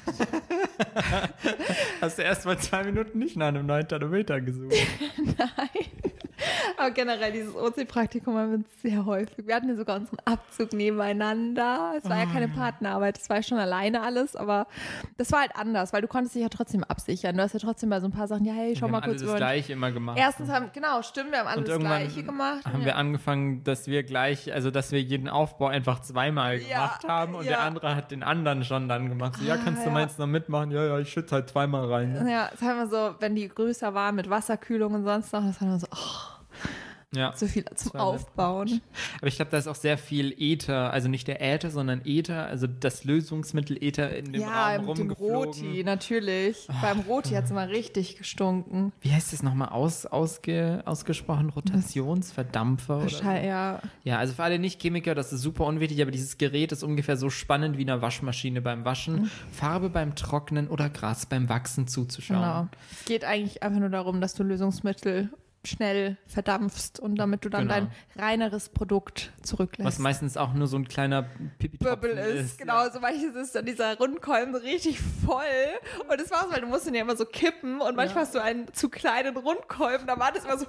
Hast du erst mal 2 Minuten nicht nach einem neuen Thermometer gesucht? Nein. Aber generell, dieses OC-Praktikum haben wir uns sehr häufig. Wir hatten ja sogar unseren Abzug nebeneinander. Es war ja keine Partnerarbeit, das war ja schon alleine alles, aber das war halt anders, weil du konntest dich ja trotzdem absichern. Du hast ja trotzdem bei so ein paar Sachen, schau mal kurz. Wir haben alles das Gleiche immer gemacht. Erstens wir haben alles das Gleiche gemacht. Haben wir angefangen, dass wir jeden Aufbau einfach zweimal gemacht haben und der andere hat den anderen schon dann gemacht. So, kannst du meins noch mitmachen? Ja, ich schütze halt zweimal rein. Ne? Ja, das haben wir so, wenn die größer waren mit Wasserkühlung und sonst noch, das haben wir so, so viel zum Aufbauen. Aber ich glaube, da ist auch sehr viel Äther, also nicht der Äther, sondern Äther, also das Lösungsmittel Äther in dem Raum rumgeflogen. Ja, mit dem Roti, natürlich. Beim Roti hat es immer richtig gestunken. Wie heißt das nochmal ausgesprochen? Rotationsverdampfer? Wahrscheinlich, ja. Ja, also für alle Nicht-Chemiker, das ist super unwichtig, aber dieses Gerät ist ungefähr so spannend wie eine Waschmaschine beim Waschen, Farbe beim Trocknen oder Gras beim Wachsen zuzuschauen. Genau. Es geht eigentlich einfach nur darum, dass du Lösungsmittel schnell verdampfst und damit du dann dein reineres Produkt zurücklässt. Was meistens auch nur so ein kleiner Pipi-Tropfen ist. Genau, so manches ist dann dieser Rundkolben so richtig voll und das war's, weil du musst ihn ja immer so kippen und manchmal hast du einen zu kleinen Rundkolben, da war das immer so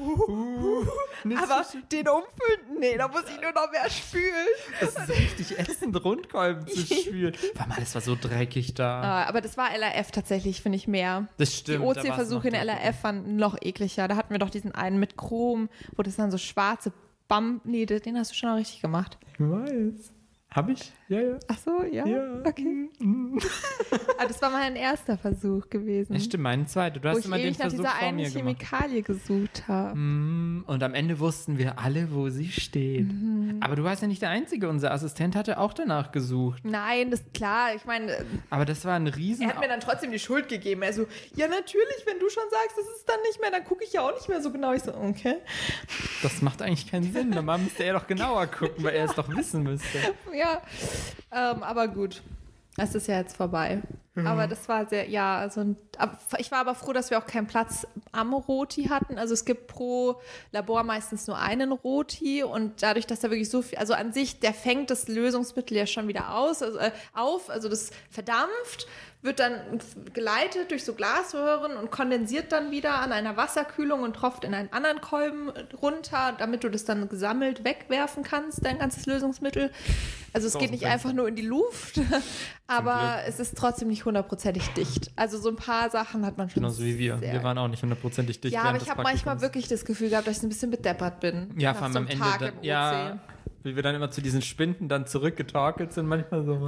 aber den umfüllen, da muss ich nur noch mehr spülen. Das ist richtig ätzend, Rundkolben zu spülen. Das war so dreckig da. Aber das war LRF tatsächlich, finde ich, mehr. Das stimmt. Die OC-Versuche in LRF waren noch ekliger. Da hatten wir doch diesen einen mit Chrom, wo das dann so schwarze den hast du schon auch richtig gemacht. Ich weiß. Hab ich? Ja. Ach so, ja? Okay. Aber das war mein erster Versuch gewesen. Ja, stimmt, mein zweiter. Du hast immer den Versuch vor mir gemacht. Wo ich nach dieser einen Chemikalie gesucht habe. Und am Ende wussten wir alle, wo sie steht. Aber du warst ja nicht der Einzige. Unser Assistent hatte auch danach gesucht. Nein, das ist klar. Ich meine... Aber das war ein Riesen... Er hat mir dann trotzdem die Schuld gegeben. Er so, ja natürlich, wenn du schon sagst, das ist dann nicht mehr, dann gucke ich ja auch nicht mehr so genau. Ich so, okay. Das macht eigentlich keinen Sinn. Normal müsste er doch genauer gucken, weil er es doch wissen müsste. Ja, aber gut. Es ist ja jetzt vorbei. Aber das war sehr, ja, also ich war aber froh, dass wir auch keinen Platz am Roti hatten. Also es gibt pro Labor meistens nur einen Roti und dadurch, dass da wirklich so viel, also an sich, der fängt das Lösungsmittel ja schon wieder auf, also das verdampft, wird dann geleitet durch so Glasröhren und kondensiert dann wieder an einer Wasserkühlung und tropft in einen anderen Kolben runter, damit du das dann gesammelt wegwerfen kannst, dein ganzes Lösungsmittel. Also es geht nicht einfach nur in die Luft, aber es ist trotzdem nicht hundertprozentig dicht. Also so ein paar Sachen hat man schon. Genauso wie wir. Wir waren auch nicht hundertprozentig dicht. Ja, aber ich habe manchmal wirklich das Gefühl gehabt, dass ich ein bisschen bedeppert bin. Ja, vor allem am Ende. Ja, wie wir dann immer zu diesen Spinden dann zurückgetorkelt sind, manchmal so.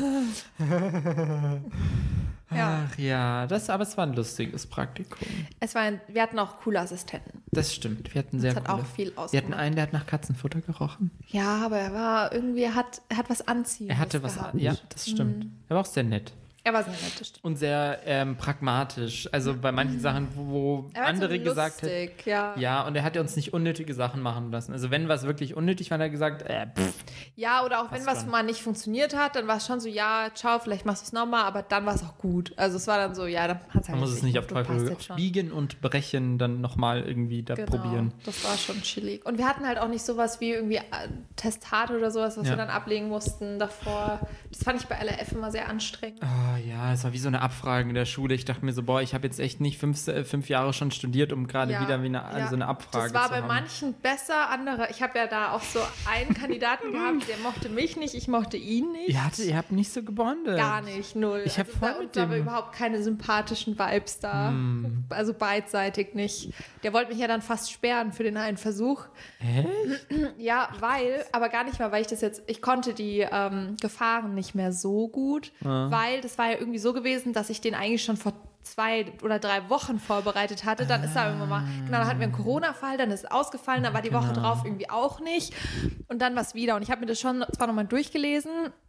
Ja. Ach ja, aber es war ein lustiges Praktikum. Wir hatten auch coole Assistenten. Das stimmt, wir hatten sehr coole. Das hat auch viel ausgemacht. Wir hatten einen, der hat nach Katzenfutter gerochen. Ja, aber er hat was Anziehendes. Er hatte was, ja, das stimmt. Er war auch sehr nett. Er war sehr nett, das stimmt. Und sehr pragmatisch. Also bei manchen Sachen, wo andere so gesagt haben. Ja, und er hat uns nicht unnötige Sachen machen lassen. Also wenn was wirklich unnötig war, hat er gesagt, Ja, oder auch wenn was mal nicht funktioniert hat, dann war es schon so, ja, ciao, vielleicht machst du es nochmal, aber dann war es auch gut. Also es war dann so, ja, dann hat es halt. Man muss es nicht auf Teufel biegen und brechen, dann nochmal irgendwie da probieren. Das war schon chillig. Und wir hatten halt auch nicht sowas wie irgendwie Testat oder sowas, was wir dann ablegen mussten davor. Das fand ich bei LRF immer sehr anstrengend. Ja, es war wie so eine Abfrage in der Schule. Ich dachte mir so, ich habe jetzt echt nicht 5 Jahre schon studiert, um gerade wieder wie so eine Abfrage zu haben. Das war bei manchen besser, andere. Ich habe ja da auch so einen Kandidaten gehabt, der mochte mich nicht, ich mochte ihn nicht. Ihr habt nicht so gebondet. Gar nicht, null. Ich habe voll mit dem... Da war überhaupt keine sympathischen Vibes da. Also beidseitig nicht. Der wollte mich ja dann fast sperren für den einen Versuch. Echt? Ja, aber gar nicht mal, weil ich konnte die Gefahren nicht mehr so gut, weil das war ja irgendwie so gewesen, dass ich den eigentlich schon vor 2 oder 3 Wochen vorbereitet hatte. Dann ist da irgendwann mal, dann hatten wir einen Corona-Fall, dann ist es ausgefallen, dann war die Woche drauf irgendwie auch nicht. Und dann war es wieder. Und ich habe mir das schon zwar nochmal durchgelesen,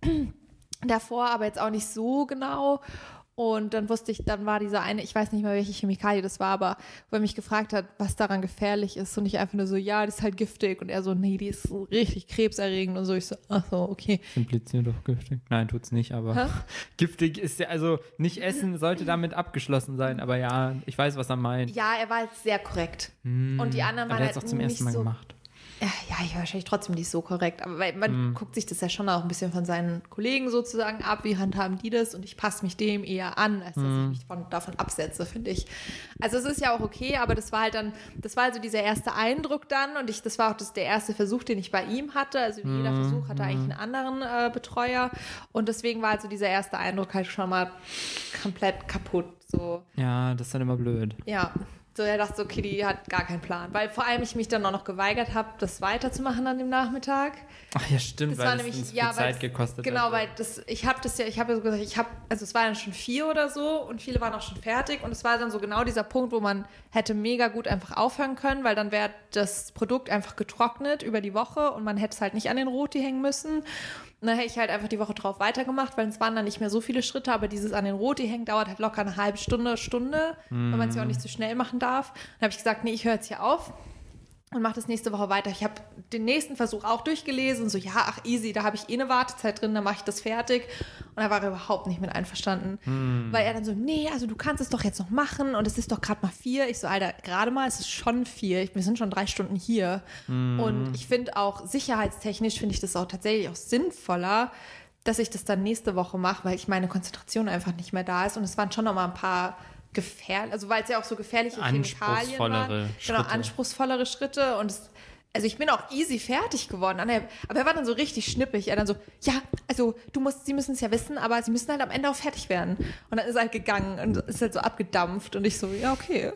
davor, aber jetzt auch nicht so genau. Und dann dann war dieser eine, ich weiß nicht mehr, welche Chemikalie das war, aber wo er mich gefragt hat, was daran gefährlich ist. Und ich einfach nur so, ja, die ist halt giftig. Und er so, nee, die ist so richtig krebserregend. Und so, ich so, ach so, okay. Impliziert doch giftig. Nein, tut's nicht, aber giftig ist ja, also nicht essen sollte damit abgeschlossen sein. Aber ja, ich weiß, was er meint. Ja, er war jetzt sehr korrekt. Und die anderen waren halt auch zum ersten Mal gemacht. Ja, ich wahrscheinlich trotzdem nicht so korrekt, aber weil man guckt sich das ja schon auch ein bisschen von seinen Kollegen sozusagen ab, wie handhaben die das, und ich passe mich dem eher an, als dass ich mich davon absetze, finde ich. Also es ist ja auch okay, aber das war also dieser erste Eindruck dann, und das war auch der erste Versuch, den ich bei ihm hatte, also jeder Versuch hatte eigentlich einen anderen Betreuer, und deswegen war also dieser erste Eindruck halt schon mal komplett kaputt. So. Ja, das ist dann immer blöd. Ja. So, er dachte so, okay, die hat gar keinen Plan. Weil vor allem ich mich dann auch noch geweigert habe, das weiterzumachen an dem Nachmittag. Ach ja, stimmt, weil es uns viel Zeit gekostet hat. Genau, weil ich habe so gesagt, also es waren dann schon 4 oder so und viele waren auch schon fertig, und es war dann so genau dieser Punkt, wo man hätte mega gut einfach aufhören können, weil dann wäre das Produkt einfach getrocknet über die Woche und man hätte es halt nicht an den Roti hängen müssen. Und dann hätte ich halt einfach die Woche drauf weitergemacht, weil es waren dann nicht mehr so viele Schritte, aber dieses an den Roti hängen dauert halt locker eine halbe Stunde, wenn man es ja auch nicht zu schnell machen darf. Dann habe ich gesagt, nee, ich höre jetzt hier auf und mache das nächste Woche weiter. Ich habe den nächsten Versuch auch durchgelesen und so, ja, ach easy, da habe ich eine Wartezeit drin, dann mache ich das fertig. Und da war er überhaupt nicht mit einverstanden. Weil er dann so, nee, also du kannst es doch jetzt noch machen und es ist doch gerade mal 4. Ich so, Alter, gerade mal, es ist schon 4. Wir sind schon 3 Stunden hier. Und ich finde auch, sicherheitstechnisch finde ich das auch tatsächlich auch sinnvoller, dass ich das dann nächste Woche mache, weil ich meine Konzentration einfach nicht mehr da ist. Und es waren schon noch mal ein paar gefährlich, also weil es ja auch so gefährliche Chemikalien waren. Genau, anspruchsvollere Schritte, und also ich bin auch easy fertig geworden. Aber er war dann so richtig schnippig. Er dann so, ja, also Sie müssen es ja wissen, aber Sie müssen halt am Ende auch fertig werden. Und dann ist er halt gegangen und ist halt so abgedampft. Und ich so, ja, okay.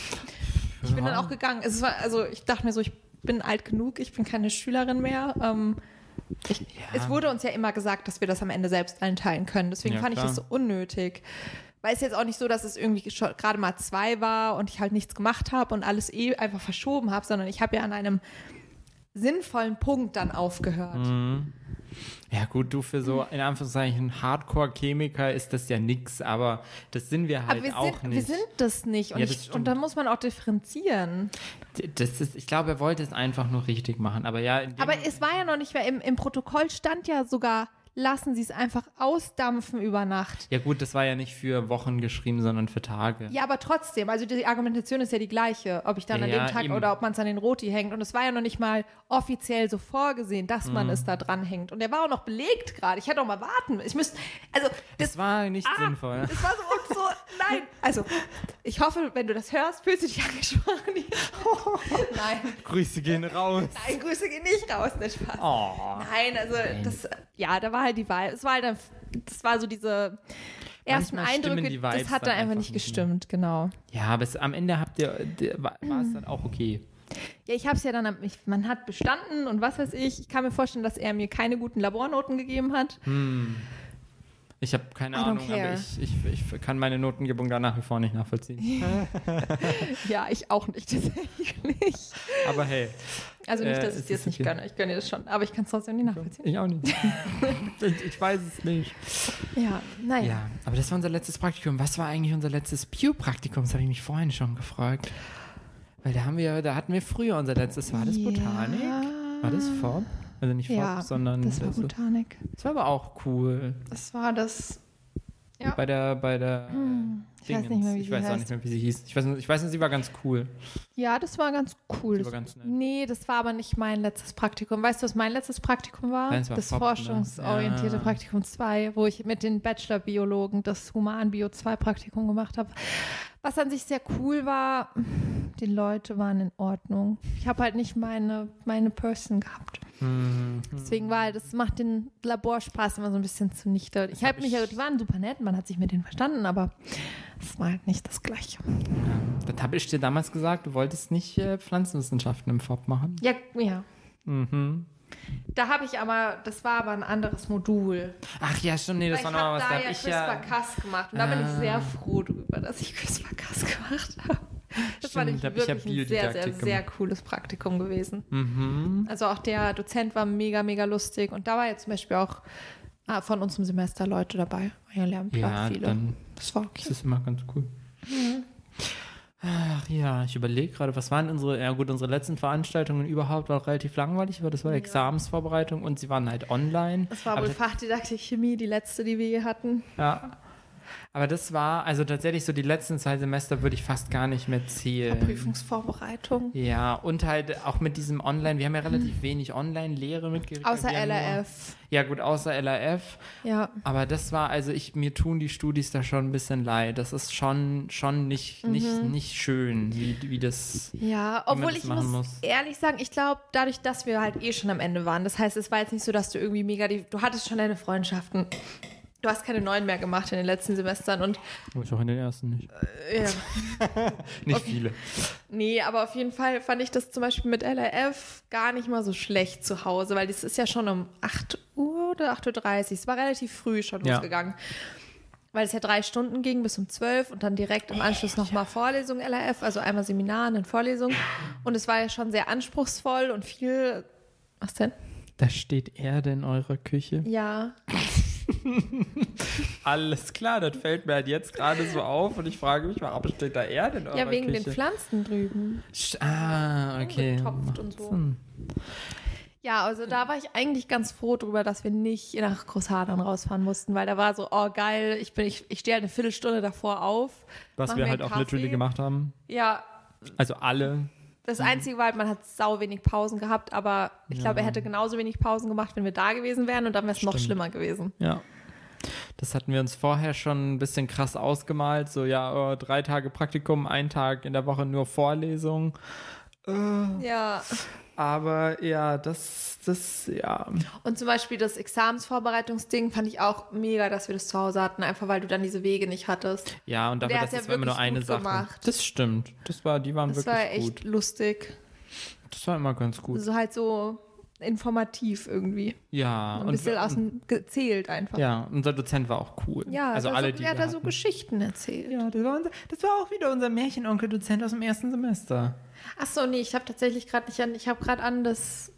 Ich bin dann auch gegangen. Ich dachte mir so, ich bin alt genug, ich bin keine Schülerin mehr. Es wurde uns ja immer gesagt, dass wir das am Ende selbst einteilen können. Deswegen fand ich das so unnötig. Weil es jetzt auch nicht so, dass es irgendwie schon gerade mal 2 war und ich halt nichts gemacht habe und alles einfach verschoben habe, sondern ich habe ja an einem sinnvollen Punkt dann aufgehört. Mhm. Ja gut, du für so in Anführungszeichen Hardcore-Chemiker ist das ja nix, aber das sind wir halt auch nicht. Wir sind das nicht und da muss man auch differenzieren. Ich glaube, er wollte es einfach nur richtig machen, aber ja. Aber es war ja noch nicht mehr, im Protokoll stand ja sogar, lassen Sie es einfach ausdampfen über Nacht. Ja gut, das war ja nicht für Wochen geschrieben, sondern für Tage. Ja, aber trotzdem, also die Argumentation ist ja die gleiche, ob ich dann an dem Tag eben. Oder ob man es an den Roti hängt. Und es war ja noch nicht mal offiziell so vorgesehen, dass man es da dran hängt. Und der war auch noch belegt gerade. Ich hätte auch mal warten. Das war nicht sinnvoll. Das war so, nein. Also, ich hoffe, wenn du das hörst, fühlst du dich angesprochen. Nein. Grüße gehen raus. Nein, Grüße gehen nicht raus, nicht Spaß. Oh. Nein, also da war halt die Wahl. Es war halt das war so diese ersten Eindrücke, das hat dann einfach nicht gestimmt, genau. Ja, aber am Ende war es dann auch okay. Ja, ich habe es ja dann, man hat bestanden und was weiß ich. Ich kann mir vorstellen, dass er mir keine guten Labornoten gegeben hat. Ich habe keine Ahnung, aber ich kann meine Notengebung da nach wie vor nicht nachvollziehen. Ja, ich auch nicht tatsächlich. Aber hey. Also nicht, dass ich dir das nicht gönne. Ich gönne dir das schon, aber ich kann es trotzdem nicht nachvollziehen. Ich auch nicht. Ich weiß es nicht. Ja, naja. Ja, aber das war unser letztes Praktikum. Was war eigentlich unser letztes Bio-Praktikum? Das habe ich mich vorhin schon gefragt. Weil da hatten wir früher unser letztes. War das Botanik? War das FOB? Also nicht FOB, sondern... das war Botanik. Das war aber auch cool. Das war das... Ja. Bei der ich weiß nicht mehr, wie ich weiß auch nicht mehr, wie sie hieß. Ich weiß nur, sie war ganz cool. Ja, das war ganz cool. War ganz nett. Nee, das war aber nicht mein letztes Praktikum. Weißt du, was mein letztes Praktikum war? Nein, war das FOB, forschungsorientierte Praktikum 2, wo ich mit den Bachelor-Biologen das Human-Bio 2 Praktikum gemacht habe. Was an sich sehr cool war, die Leute waren in Ordnung. Ich habe halt nicht meine Person gehabt. Deswegen das macht den Laborspaß immer so ein bisschen zunichte. Die waren super nett, man hat sich mit denen verstanden, aber es war halt nicht das Gleiche. Ja, das habe ich dir damals gesagt, du wolltest nicht Pflanzenwissenschaften im FOB machen. Ja. Mhm. Da habe ich aber, das war aber ein anderes Modul. Ach ja, schon, nee, das war noch was. Da habe ich CRISPR-Cas gemacht und da bin ich sehr froh darüber, dass ich CRISPR-Cas gemacht habe. Das war nämlich wirklich ein sehr, sehr, sehr cooles Praktikum gewesen. Mhm. Also auch der Dozent war mega, mega lustig und da war jetzt zum Beispiel auch von unserem Semester Leute dabei. Ja, viele. Dann das war okay. Das ist immer ganz cool. Mhm. Ach ja, ich überlege gerade, was waren unsere letzten Veranstaltungen überhaupt, war relativ langweilig, weil das war Examensvorbereitung und sie waren halt online. Das war wohl Fachdidaktik Chemie, die letzte, die wir je hatten. Ja, aber das war, also tatsächlich so die letzten 2 Semester würde ich fast gar nicht mehr zählen. Prüfungsvorbereitung. Ja, und halt auch mit diesem Online, wir haben ja relativ wenig Online-Lehre mitgekriegt. Außer LRF. Ja gut, außer LRF. Ja. Aber das war, also mir tun die Studis da schon ein bisschen leid. Das ist schon nicht schön, wie das. Ja, obwohl ich muss ehrlich sagen, ich glaube, dadurch, dass wir halt schon am Ende waren, das heißt, es war jetzt nicht so, dass du irgendwie du hattest schon deine Freundschaften. Du hast keine neuen mehr gemacht in den letzten Semestern und. Ich auch in den ersten nicht. Ja. Nicht viele. Nee, aber auf jeden Fall fand ich das zum Beispiel mit LRF gar nicht mal so schlecht zu Hause, weil das ist ja schon um 8 Uhr oder 8:30 Uhr. Es war relativ früh schon losgegangen. Weil es ja 3 Stunden ging bis um 12 und dann direkt im Anschluss nochmal Vorlesung LRF, also einmal Seminar, dann Vorlesung. Und es war ja schon sehr anspruchsvoll und viel. Was denn? Da steht Erde in eurer Küche. Ja. Alles klar, das fällt mir halt jetzt gerade so auf und ich frage mich, warum steht da Erde in eurer Küche? Ja, wegen den Pflanzen drüben. Okay. Getopft und so. Ja, also da war ich eigentlich ganz froh drüber, dass wir nicht nach Großhadern rausfahren mussten, weil da war so, oh geil, ich stehe halt eine Viertelstunde davor auf. Was wir halt auch literally gemacht haben. Ja. Also alle. Das Einzige war halt, man hat sau wenig Pausen gehabt, aber ich glaube, er hätte genauso wenig Pausen gemacht, wenn wir da gewesen wären und dann wäre es noch schlimmer gewesen. Ja. Das hatten wir uns vorher schon ein bisschen krass ausgemalt. So, 3 Tage Praktikum, 1 Tag in der Woche nur Vorlesung. Ja. Aber ja, das, ja. Und zum Beispiel das Examensvorbereitungsding fand ich auch mega, dass wir das zu Hause hatten, einfach weil du dann diese Wege nicht hattest. Ja, und dafür, dass es immer nur eine Sache gemacht. Das stimmt. Die waren wirklich gut. Das war echt lustig. Das war immer ganz gut. Also halt so informativ irgendwie. Ja. Ein bisschen gezählt einfach. Ja, unser Dozent war auch cool. Ja, also alle, die er hat da so Geschichten erzählt. Ja, das war auch wieder unser Märchenonkel-Dozent aus dem ersten Semester. Achso, nee, ich habe tatsächlich gerade nicht ich habe gerade an das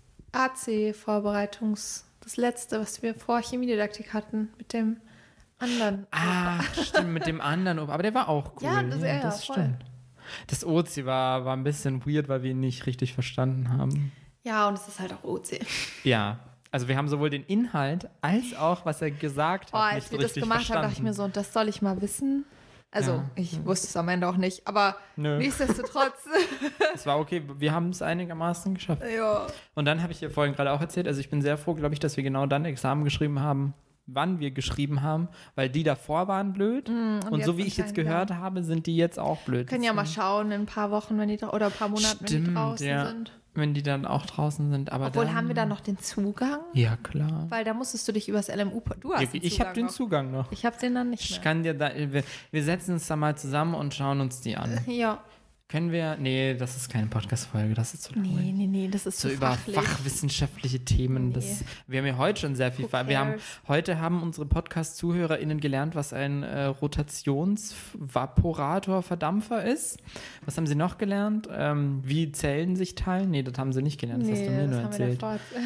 das letzte, was wir vor Chemiedidaktik hatten, mit dem anderen. Stimmt, mit dem anderen. Aber der war auch cool. Ja, das stimmt. Das OC war ein bisschen weird, weil wir ihn nicht richtig verstanden haben. Ja, und es ist halt auch OC. Ja, also wir haben sowohl den Inhalt als auch, was er gesagt hat, nicht als so wir das richtig gemacht verstanden. haben, dachte ich mir so, und das soll ich mal wissen. Also, Ja. ich wusste es am Ende auch nicht, aber nichtsdestotrotz. Es war okay, wir haben es einigermaßen geschafft. Ja. Und dann habe ich dir vorhin gerade auch erzählt, also ich bin sehr froh, glaube ich, dass wir genau dann Examen geschrieben haben, wann wir geschrieben haben, weil die davor waren blöd. Und so wie ich jetzt gehört habe, sind die jetzt auch blöd. Können ja mal schauen in ein paar Wochen, oder ein paar Monaten, wenn die draußen sind. Wenn die dann auch draußen sind. Aber Obwohl, haben wir da noch den Zugang? Ja, klar. Weil da musstest du dich übers LMU... Du hast den Zugang Ich habe den Zugang noch. Ich habe den dann nicht mehr. Ich kann dir wir setzen uns da mal zusammen und schauen uns die an. Ja. Können wir? Nee, das ist keine Podcast-Folge, das ist zu langweilig. Nee, das ist so zu über fachlich. fachwissenschaftliche Themen. Nee. Wir haben ja heute schon sehr viel. Heute haben unsere Podcast-ZuhörerInnen gelernt, was ein Rotationsvaporator-Verdampfer ist. Was haben sie noch gelernt? Wie Zellen sich teilen? Nee, das haben sie nicht gelernt, das hast du mir nur erzählt.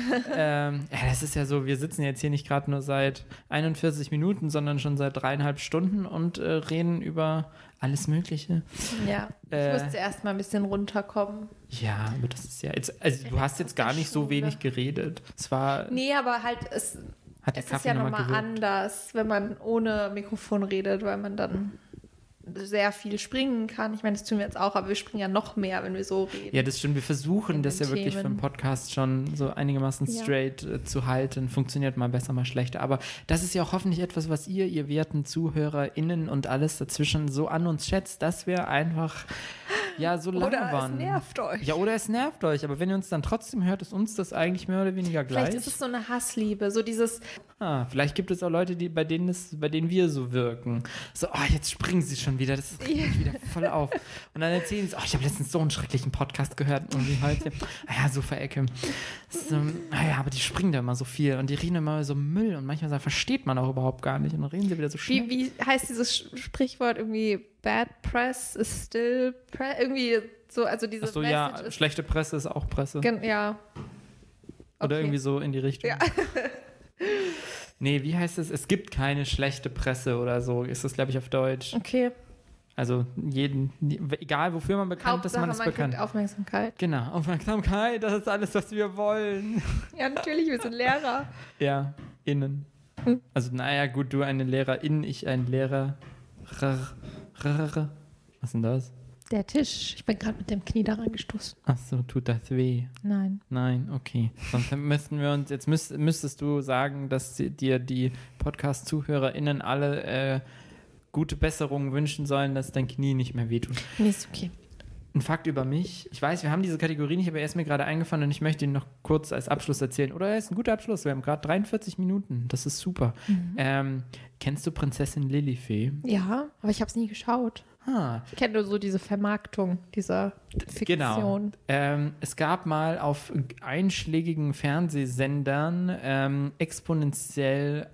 Das ist ja so, wir sitzen jetzt hier nicht gerade nur seit 41 Minuten, sondern schon seit 3,5 Stunden und reden über alles Mögliche. Ja, ich musste erst mal ein bisschen runterkommen. Ja, aber das ist ja jetzt, also du hast jetzt gar nicht so wenig geredet. Es war. Nee, aber halt, es ist ja nochmal anders, wenn man ohne Mikrofon redet, weil man dann sehr viel springen kann. Ich meine, das tun wir jetzt auch, aber wir springen ja noch mehr, wenn wir so reden. Ja, das stimmt. Wir versuchen das ja wirklich für den Podcast schon so einigermaßen straight zu halten. Funktioniert mal besser, mal schlechter. Aber das ist ja auch hoffentlich etwas, was ihr werten ZuhörerInnen und alles dazwischen so an uns schätzt, dass wir einfach so labern. Oder es nervt euch. Ja, oder es nervt euch. Aber wenn ihr uns dann trotzdem hört, ist uns das eigentlich mehr oder weniger gleich. Vielleicht ist es so eine Hassliebe, so dieses... vielleicht gibt es auch Leute, bei denen wir so wirken. So, jetzt springen sie schon wieder, das regt mich wieder voll auf. Und dann erzählen sie, ich habe letztens so einen schrecklichen Podcast gehört und wie heute. So Verecke. So, aber die springen da immer so viel und die reden immer so Müll und manchmal versteht man auch überhaupt gar nicht und dann reden sie wieder so schnell. Wie heißt dieses Sprichwort irgendwie? Bad press is still press? Irgendwie so, also diese Ach so, Message schlechte Presse ist auch Presse. Ja. Oder irgendwie so in die Richtung. Ja. Nee, wie heißt es? Es gibt keine schlechte Presse oder so, ist das, glaube ich, auf Deutsch. Okay. Also egal wofür man bekannt ist, man ist bekannt. Aufmerksamkeit. Genau, Aufmerksamkeit, das ist alles, was wir wollen. Ja, natürlich, wir sind Lehrer. Ja, innen. Also gut, du eine Lehrerin, ich ein Lehrer. Was ist denn das? Der Tisch. Ich bin gerade mit dem Knie daran gestoßen. Ach so, tut das weh? Nein, okay. Sonst müssten wir uns, jetzt müsstest du sagen, dass dir die Podcast-ZuhörerInnen alle gute Besserungen wünschen sollen, dass dein Knie nicht mehr wehtut. Nee, ist okay. Ein Fakt über mich. Ich weiß, wir haben diese Kategorie nicht, aber er ist mir gerade eingefallen und ich möchte ihn noch kurz als Abschluss erzählen. Oder er ist ein guter Abschluss. Wir haben gerade 43 Minuten. Das ist super. Kennst du Prinzessin Lilifee? Ja, aber ich habe es nie geschaut. Ich kenne nur so diese Vermarktung dieser Fiktion. Genau. Es gab mal auf einschlägigen Fernsehsendern exponentiell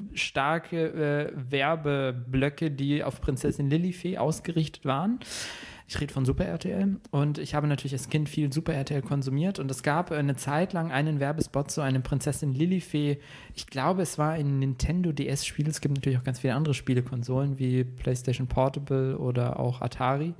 starke Werbeblöcke, die auf Prinzessin Lilifee ausgerichtet waren. Ich rede von Super RTL und ich habe natürlich als Kind viel Super RTL konsumiert und es gab eine Zeit lang einen Werbespot zu einem Prinzessin Lilifee. Ich glaube, es war ein Nintendo DS-Spiel. Es gibt natürlich auch ganz viele andere Spielekonsolen wie PlayStation Portable oder auch Atari.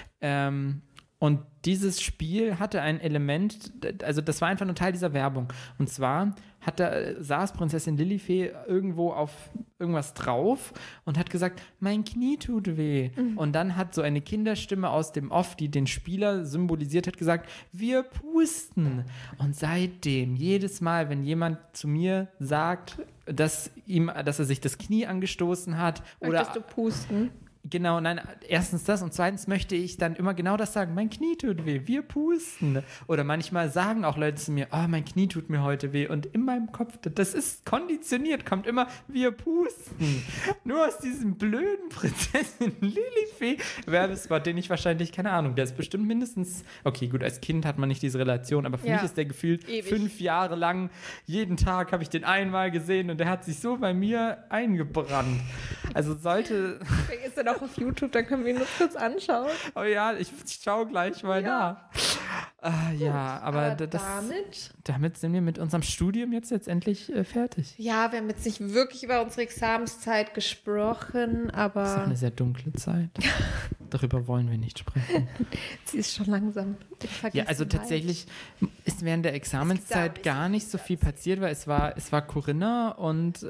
Und dieses Spiel hatte ein Element, also das war einfach nur Teil dieser Werbung. Und zwar saß Prinzessin Lilifee irgendwo auf irgendwas drauf und hat gesagt, mein Knie tut weh. Und dann hat so eine Kinderstimme aus dem Off, die den Spieler symbolisiert hat, gesagt, wir pusten. Und seitdem, jedes Mal, wenn jemand zu mir sagt, dass er sich das Knie angestoßen hat, Möchtest du pusten? Genau, nein, erstens das und zweitens möchte ich dann immer genau das sagen, mein Knie tut weh, wir pusten. Oder manchmal sagen auch Leute zu mir, oh, mein Knie tut mir heute weh. Und in meinem Kopf, das ist konditioniert, kommt immer, wir pusten. Nur aus diesem blöden Prinzessin Lilifee Werbespot, den ich wahrscheinlich, keine Ahnung, der ist bestimmt mindestens, okay, gut, als Kind hat man nicht diese Relation, aber für mich ist der gefühlt ewig. 5 Jahre lang, jeden Tag habe ich den einmal gesehen und der hat sich so bei mir eingebrannt. Also sollte... Ist er noch auf YouTube, dann können wir ihn nur kurz anschauen. Oh ja, ich schaue gleich mal nach. Aber damit sind wir mit unserem Studium jetzt endlich fertig. Ja, wir haben jetzt nicht wirklich über unsere Examenszeit gesprochen, aber... Das ist eine sehr dunkle Zeit. Darüber wollen wir nicht sprechen. Sie ist schon langsam. Ja, also tatsächlich ist während der Examenszeit gar nicht so viel passiert, weil es war Corinna und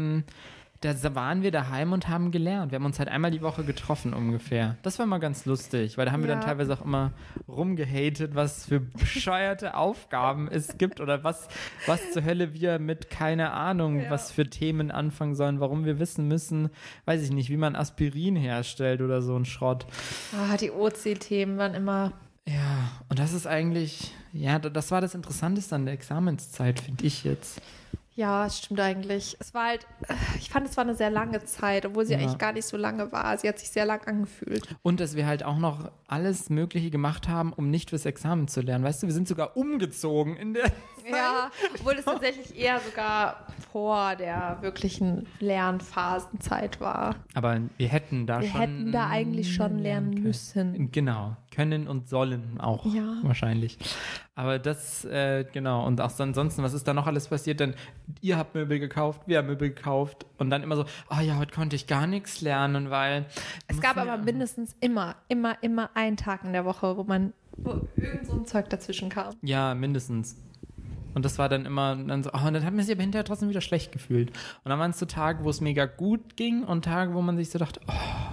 da waren wir daheim und haben gelernt. Wir haben uns halt einmal die Woche getroffen ungefähr. Das war mal ganz lustig, weil da haben wir dann teilweise auch immer rumgehatet, was für bescheuerte Aufgaben es gibt oder was zur Hölle wir mit, keine Ahnung, was für Themen anfangen sollen, warum wir wissen müssen, weiß ich nicht, wie man Aspirin herstellt oder so ein Schrott. Die OC-Themen waren immer... Ja, und das ist eigentlich, das war das Interessanteste an der Examenszeit, finde ich jetzt. Ja, es stimmt eigentlich. Es war halt, ich fand, es war eine sehr lange Zeit, obwohl sie eigentlich gar nicht so lange war. Sie hat sich sehr lang angefühlt. Und dass wir halt auch noch alles Mögliche gemacht haben, um nicht fürs Examen zu lernen. Weißt du, wir sind sogar umgezogen in der Zeit. Ja, obwohl es tatsächlich eher sogar vor der wirklichen Lernphasenzeit war. Aber wir hätten da eigentlich schon lernen müssen. Genau, können und sollen auch wahrscheinlich. Aber das, genau. Und auch ansonsten, was ist da noch alles passiert? Denn ihr habt Möbel gekauft, wir haben Möbel gekauft und dann immer so, heute konnte ich gar nichts lernen, weil... Es gab aber mindestens immer einen Tag in der Woche, wo irgend so ein Zeug dazwischen kam. Ja, mindestens. Und das war dann immer dann so, und dann hat man sich aber hinterher trotzdem wieder schlecht gefühlt. Und dann waren es so Tage, wo es mega gut ging und Tage, wo man sich so dachte,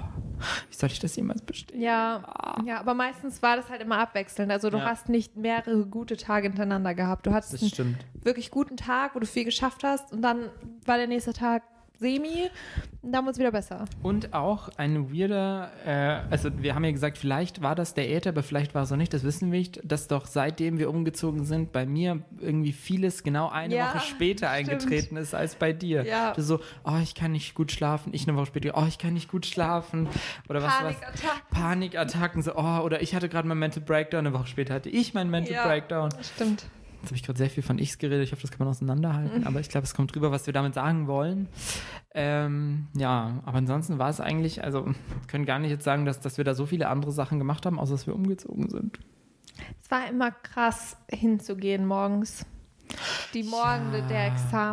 wie soll ich das jemals bestehen? Ja, aber meistens war das halt immer abwechselnd. Also du hast nicht mehrere gute Tage hintereinander gehabt. Du hattest einen wirklich guten Tag, wo du viel geschafft hast und dann war der nächste Tag semi und dann wurde es wieder besser. Und auch ein weirder, also wir haben ja gesagt, vielleicht war das der Äther, aber vielleicht war es auch nicht, das wissen wir nicht, dass doch seitdem wir umgezogen sind, bei mir irgendwie vieles genau eine Woche später eingetreten ist als bei dir. Ja. Das ist so, ich kann nicht gut schlafen, ich eine Woche später, ich kann nicht gut schlafen. Oder Panikattacken, so, oder ich hatte gerade meinen Mental Breakdown, eine Woche später hatte ich meinen Mental Breakdown. Stimmt. Jetzt habe ich gerade sehr viel von Ichs geredet. Ich hoffe, das kann man auseinanderhalten. Aber ich glaube, es kommt drüber, was wir damit sagen wollen. Aber ansonsten war es eigentlich, also wir können gar nicht jetzt sagen, dass wir da so viele andere Sachen gemacht haben, außer dass wir umgezogen sind. Es war immer krass hinzugehen morgens. Die Morgen der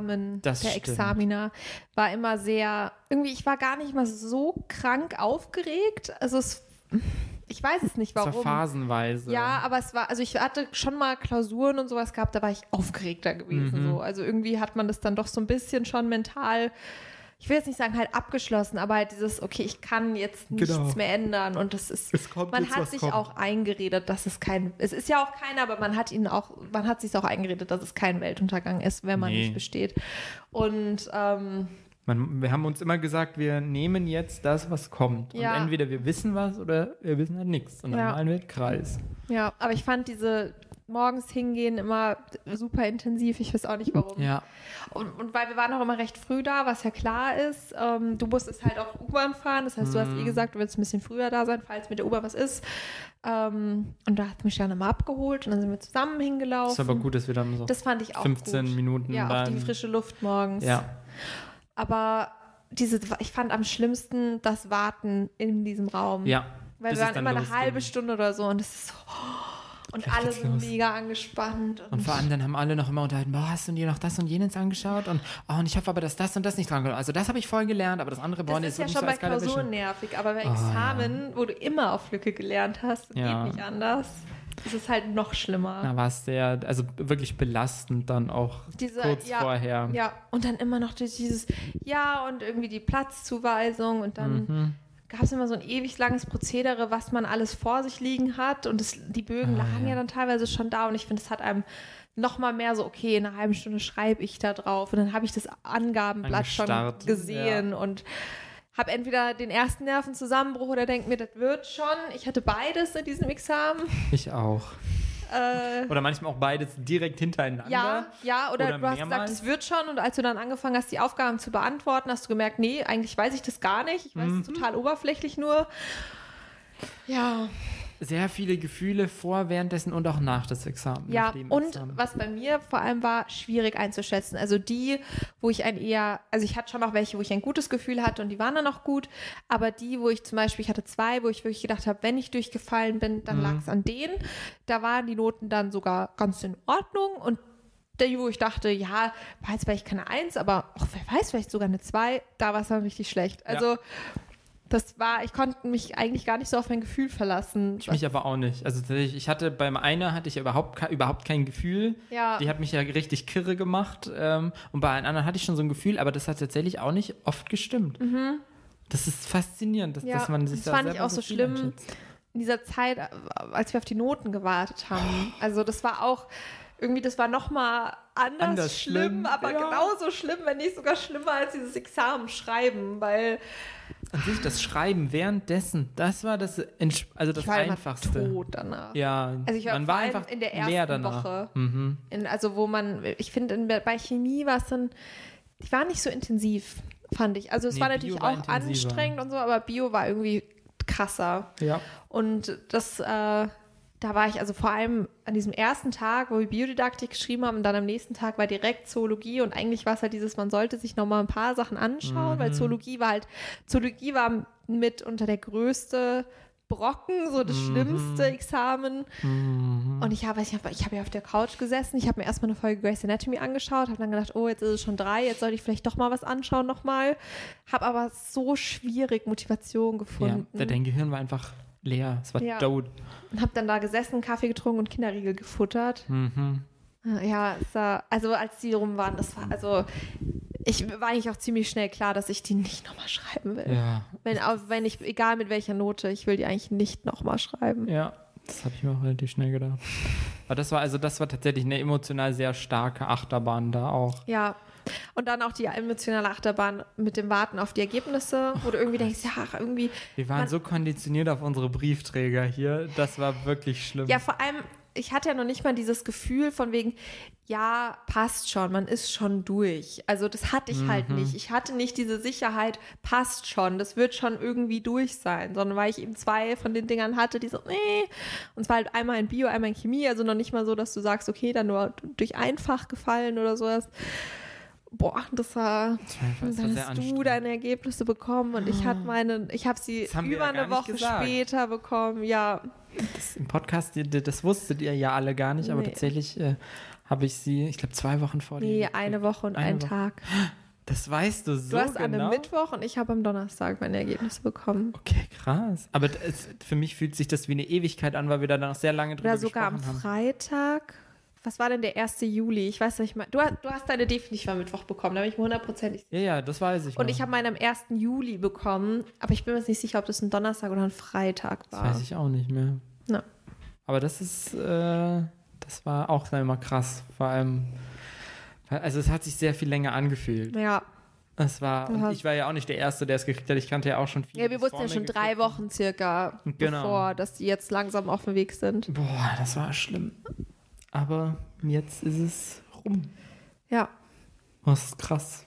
Examiner war immer sehr, irgendwie, ich war gar nicht mal so krank aufgeregt. Also ich weiß es nicht, warum. Es war phasenweise. Ja, aber es war, also ich hatte schon mal Klausuren und sowas gehabt, da war ich aufgeregter gewesen. So. Also irgendwie hat man das dann doch so ein bisschen schon mental, ich will jetzt nicht sagen halt abgeschlossen, aber halt dieses, okay, ich kann jetzt nichts mehr ändern und das ist, man hat sich auch eingeredet, dass es es ist ja auch keiner, aber man hat sich auch eingeredet, dass es kein Weltuntergang ist, wenn man nicht besteht. Und wir haben uns immer gesagt, wir nehmen jetzt das, was kommt. Und entweder wir wissen was oder wir wissen halt nichts. Und dann malen wir Kreis. Ja, aber ich fand diese morgens hingehen immer super intensiv. Ich weiß auch nicht, warum. Ja. Und weil wir waren auch immer recht früh da, was ja klar ist. Du musstest halt auch U-Bahn fahren. Das heißt, du hast gesagt, du willst ein bisschen früher da sein, falls mit der U-Bahn was ist. Und da hat mich dann immer abgeholt und dann sind wir zusammen hingelaufen. Das ist aber gut, dass wir dann so das fand ich auch 15 gut. Minuten auf die frische Luft morgens. Ja. Aber ich fand am schlimmsten das Warten in diesem Raum. Ja. Weil wir waren immer eine halbe Stunde oder so und es ist so... Und alle sind mega angespannt. Und vor allem dann haben alle noch immer unterhalten, hast du dir noch das und jenes angeschaut? Und ich hoffe aber, dass das und das nicht dran kommt. Also das habe ich voll gelernt, aber das andere das ist ja schon bei Klausuren nervig. Aber bei Examen, wo du immer auf Lücke gelernt hast, geht nicht anders. Das ist halt noch schlimmer. Da war es also wirklich belastend dann auch kurz vorher. Ja, und dann immer noch durch dieses und irgendwie die Platzzuweisung und dann gab es immer so ein ewig langes Prozedere, was man alles vor sich liegen hat und die Bögen lagen ja dann teilweise schon da und ich finde, es hat einem noch mal mehr so, okay, in einer halben Stunde schreibe ich da drauf und dann habe ich das Angabenblatt schon gesehen und habe entweder den ersten Nervenzusammenbruch oder denke mir, das wird schon. Ich hatte beides in diesem Examen. Ich auch. Oder manchmal auch beides direkt hintereinander. Ja, oder du hast gesagt, es wird schon. Und als du dann angefangen hast, die Aufgaben zu beantworten, hast du gemerkt, nee, eigentlich weiß ich das gar nicht. Ich weiß es total oberflächlich nur. Ja. Sehr viele Gefühle vor, währenddessen und auch nach des Examens. Ja, und was bei mir vor allem war, schwierig einzuschätzen. Also die, wo ich also ich hatte schon noch welche, wo ich ein gutes Gefühl hatte und die waren dann auch gut, aber die, wo ich zum Beispiel, ich hatte 2, wo ich wirklich gedacht habe, wenn ich durchgefallen bin, dann lag es an denen. Da waren die Noten dann sogar ganz in Ordnung und die, wo ich dachte, ja, war jetzt vielleicht keine 1, aber wer weiß, vielleicht sogar eine 2, da war es dann richtig schlecht. Also ich konnte mich eigentlich gar nicht so auf mein Gefühl verlassen. Ich mich aber auch nicht. Also beim einen hatte ich überhaupt kein Gefühl. Ja. Die hat mich ja richtig kirre gemacht. Und bei einem anderen hatte ich schon so ein Gefühl, aber das hat tatsächlich auch nicht oft gestimmt. Das ist faszinierend, dass man sich das fand ich auch so schlimm einschätzt. In dieser Zeit, als wir auf die Noten gewartet haben. Also das war auch irgendwie, das war nochmal anders schlimm, aber genauso schlimm, wenn nicht sogar schlimmer als dieses Examen schreiben, weil an sich das Schreiben währenddessen, das war das Einfachste. Ich war tot danach. Ja, also ich war man war einfach in der ersten Woche. Also wo ich finde, bei Chemie war es dann, die war nicht so intensiv, fand ich. Also es war natürlich auch anstrengend und so, aber Bio war irgendwie krasser. Ja. Und das, da war ich also vor allem an diesem ersten Tag, wo wir Biodidaktik geschrieben haben und dann am nächsten Tag war direkt Zoologie und eigentlich war es halt man sollte sich nochmal ein paar Sachen anschauen, weil Zoologie war mit unter der größte Brocken, so das schlimmste Examen. Und ich habe ja auf der Couch gesessen, ich habe mir erstmal eine Folge Grey's Anatomy angeschaut, habe dann gedacht, oh, jetzt ist es schon 3, jetzt sollte ich vielleicht doch mal was anschauen nochmal. Habe aber so schwierig Motivation gefunden. Ja, dein Gehirn war einfach leer, es war tot. Und habe dann da gesessen, Kaffee getrunken und Kinderriegel gefuttert. Ja, also als die rum waren, ich war eigentlich auch ziemlich schnell klar, dass ich die nicht nochmal schreiben will. Ja. Egal mit welcher Note, ich will die eigentlich nicht nochmal schreiben. Ja, das habe ich mir auch relativ schnell gedacht. Aber das war tatsächlich eine emotional sehr starke Achterbahn da auch. Ja. Und dann auch die emotionale Achterbahn mit dem Warten auf die Ergebnisse, wo du irgendwie denkst, irgendwie... Wir waren so konditioniert auf unsere Briefträger hier, das war wirklich schlimm. Ja, vor allem, ich hatte ja noch nicht mal dieses Gefühl von wegen, ja, passt schon, man ist schon durch. Also das hatte ich halt nicht. Ich hatte nicht diese Sicherheit, passt schon, das wird schon irgendwie durch sein, sondern weil ich eben 2 von den Dingern hatte, die so, nee. Und zwar halt einmal in Bio, einmal in Chemie, also noch nicht mal so, dass du sagst, okay, dann nur durch einfach gefallen oder sowas. Boah, dann hast du deine Ergebnisse bekommen und ich habe sie über eine Woche später bekommen, ja. Im Podcast, das wusstet ihr ja alle gar nicht, aber tatsächlich habe ich sie, ich glaube 2 Wochen vor dir. Nee, eine Woche und einen Tag. Das weißt du so genau. Du hast an einem Mittwoch und ich habe am Donnerstag meine Ergebnisse bekommen. Okay, krass. Aber für mich fühlt sich das wie eine Ewigkeit an, weil wir da noch sehr lange drüber gesprochen haben. Oder sogar am Freitag. Was war denn der 1. Juli? Ich weiß nicht mal. Du hast deine definitiv am Mittwoch bekommen, da bin ich mir 100%ig sicher. Ja, das weiß ich. Und ich habe meine am 1. Juli bekommen, aber ich bin mir jetzt nicht sicher, ob das ein Donnerstag oder ein Freitag war. Das weiß ich auch nicht mehr. Na. Aber das war auch immer krass. Vor allem, also es hat sich sehr viel länger angefühlt. Ja. Und ich war ja auch nicht der Erste, der es gekriegt hat. Ich kannte ja auch schon viele. Ja, wir wussten ja schon 3 Wochen circa, bevor, dass die jetzt langsam auf dem Weg sind. Boah, das war schlimm. Aber jetzt ist es rum. Ja. Das ist krass.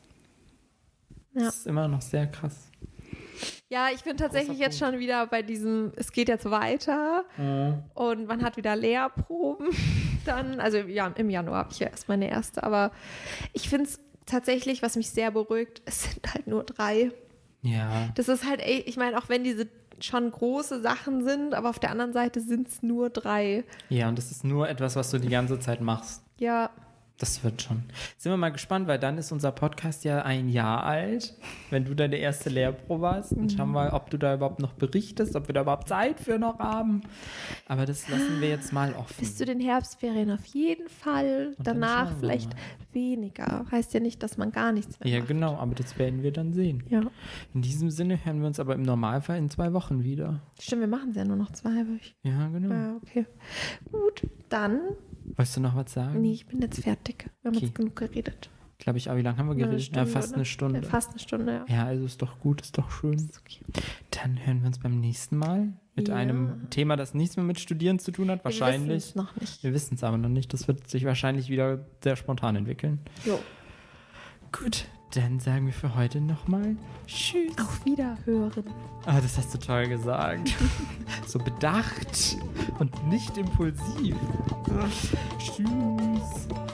Ja. Das ist immer noch sehr krass. Ja, ich bin tatsächlich jetzt schon wieder bei diesem, es geht jetzt weiter und man hat wieder Lehrproben dann. Also ja, im Januar habe ich ja erst meine erste, aber ich finde es tatsächlich, was mich sehr beruhigt, es sind halt nur 3. Ja. Das ist halt, ich meine, auch wenn diese schon große Sachen sind, aber auf der anderen Seite sind es nur 3. Ja, und das ist nur etwas, was du die ganze Zeit machst. Ja. Das wird schon. Sind wir mal gespannt, weil dann ist unser Podcast ja 1 Jahr alt, wenn du deine erste Lehrprobe hast. Dann schauen wir, ob du da überhaupt noch berichtest, ob wir da überhaupt Zeit für noch haben. Aber das lassen wir jetzt mal offen. Bis zu den Herbstferien auf jeden Fall. Und danach vielleicht weniger. Heißt ja nicht, dass man gar nichts mehr macht. Ja, genau, aber das werden wir dann sehen. Ja. In diesem Sinne hören wir uns aber im Normalfall in 2 Wochen wieder. Stimmt, wir machen es ja nur noch 2 Wochen. Ja, genau. Ja, okay. Gut, dann... Wolltest du noch was sagen? Nee, ich bin jetzt fertig. Wir haben jetzt genug geredet. Glaube ich auch. Wie lange haben wir geredet? Ja, fast eine Stunde. Ja, fast eine Stunde, ja. Ja, also ist doch gut, ist doch schön. Ist okay. Dann hören wir uns beim nächsten Mal mit einem Thema, das nichts mehr mit Studieren zu tun hat. Wahrscheinlich. Wir wissen es noch nicht. Wir wissen es aber noch nicht. Das wird sich wahrscheinlich wieder sehr spontan entwickeln. Jo. Gut, dann sagen wir für heute nochmal Tschüss. Auf Wiederhören. Ah, das hast du toll gesagt. So bedacht und nicht impulsiv. Tschüss.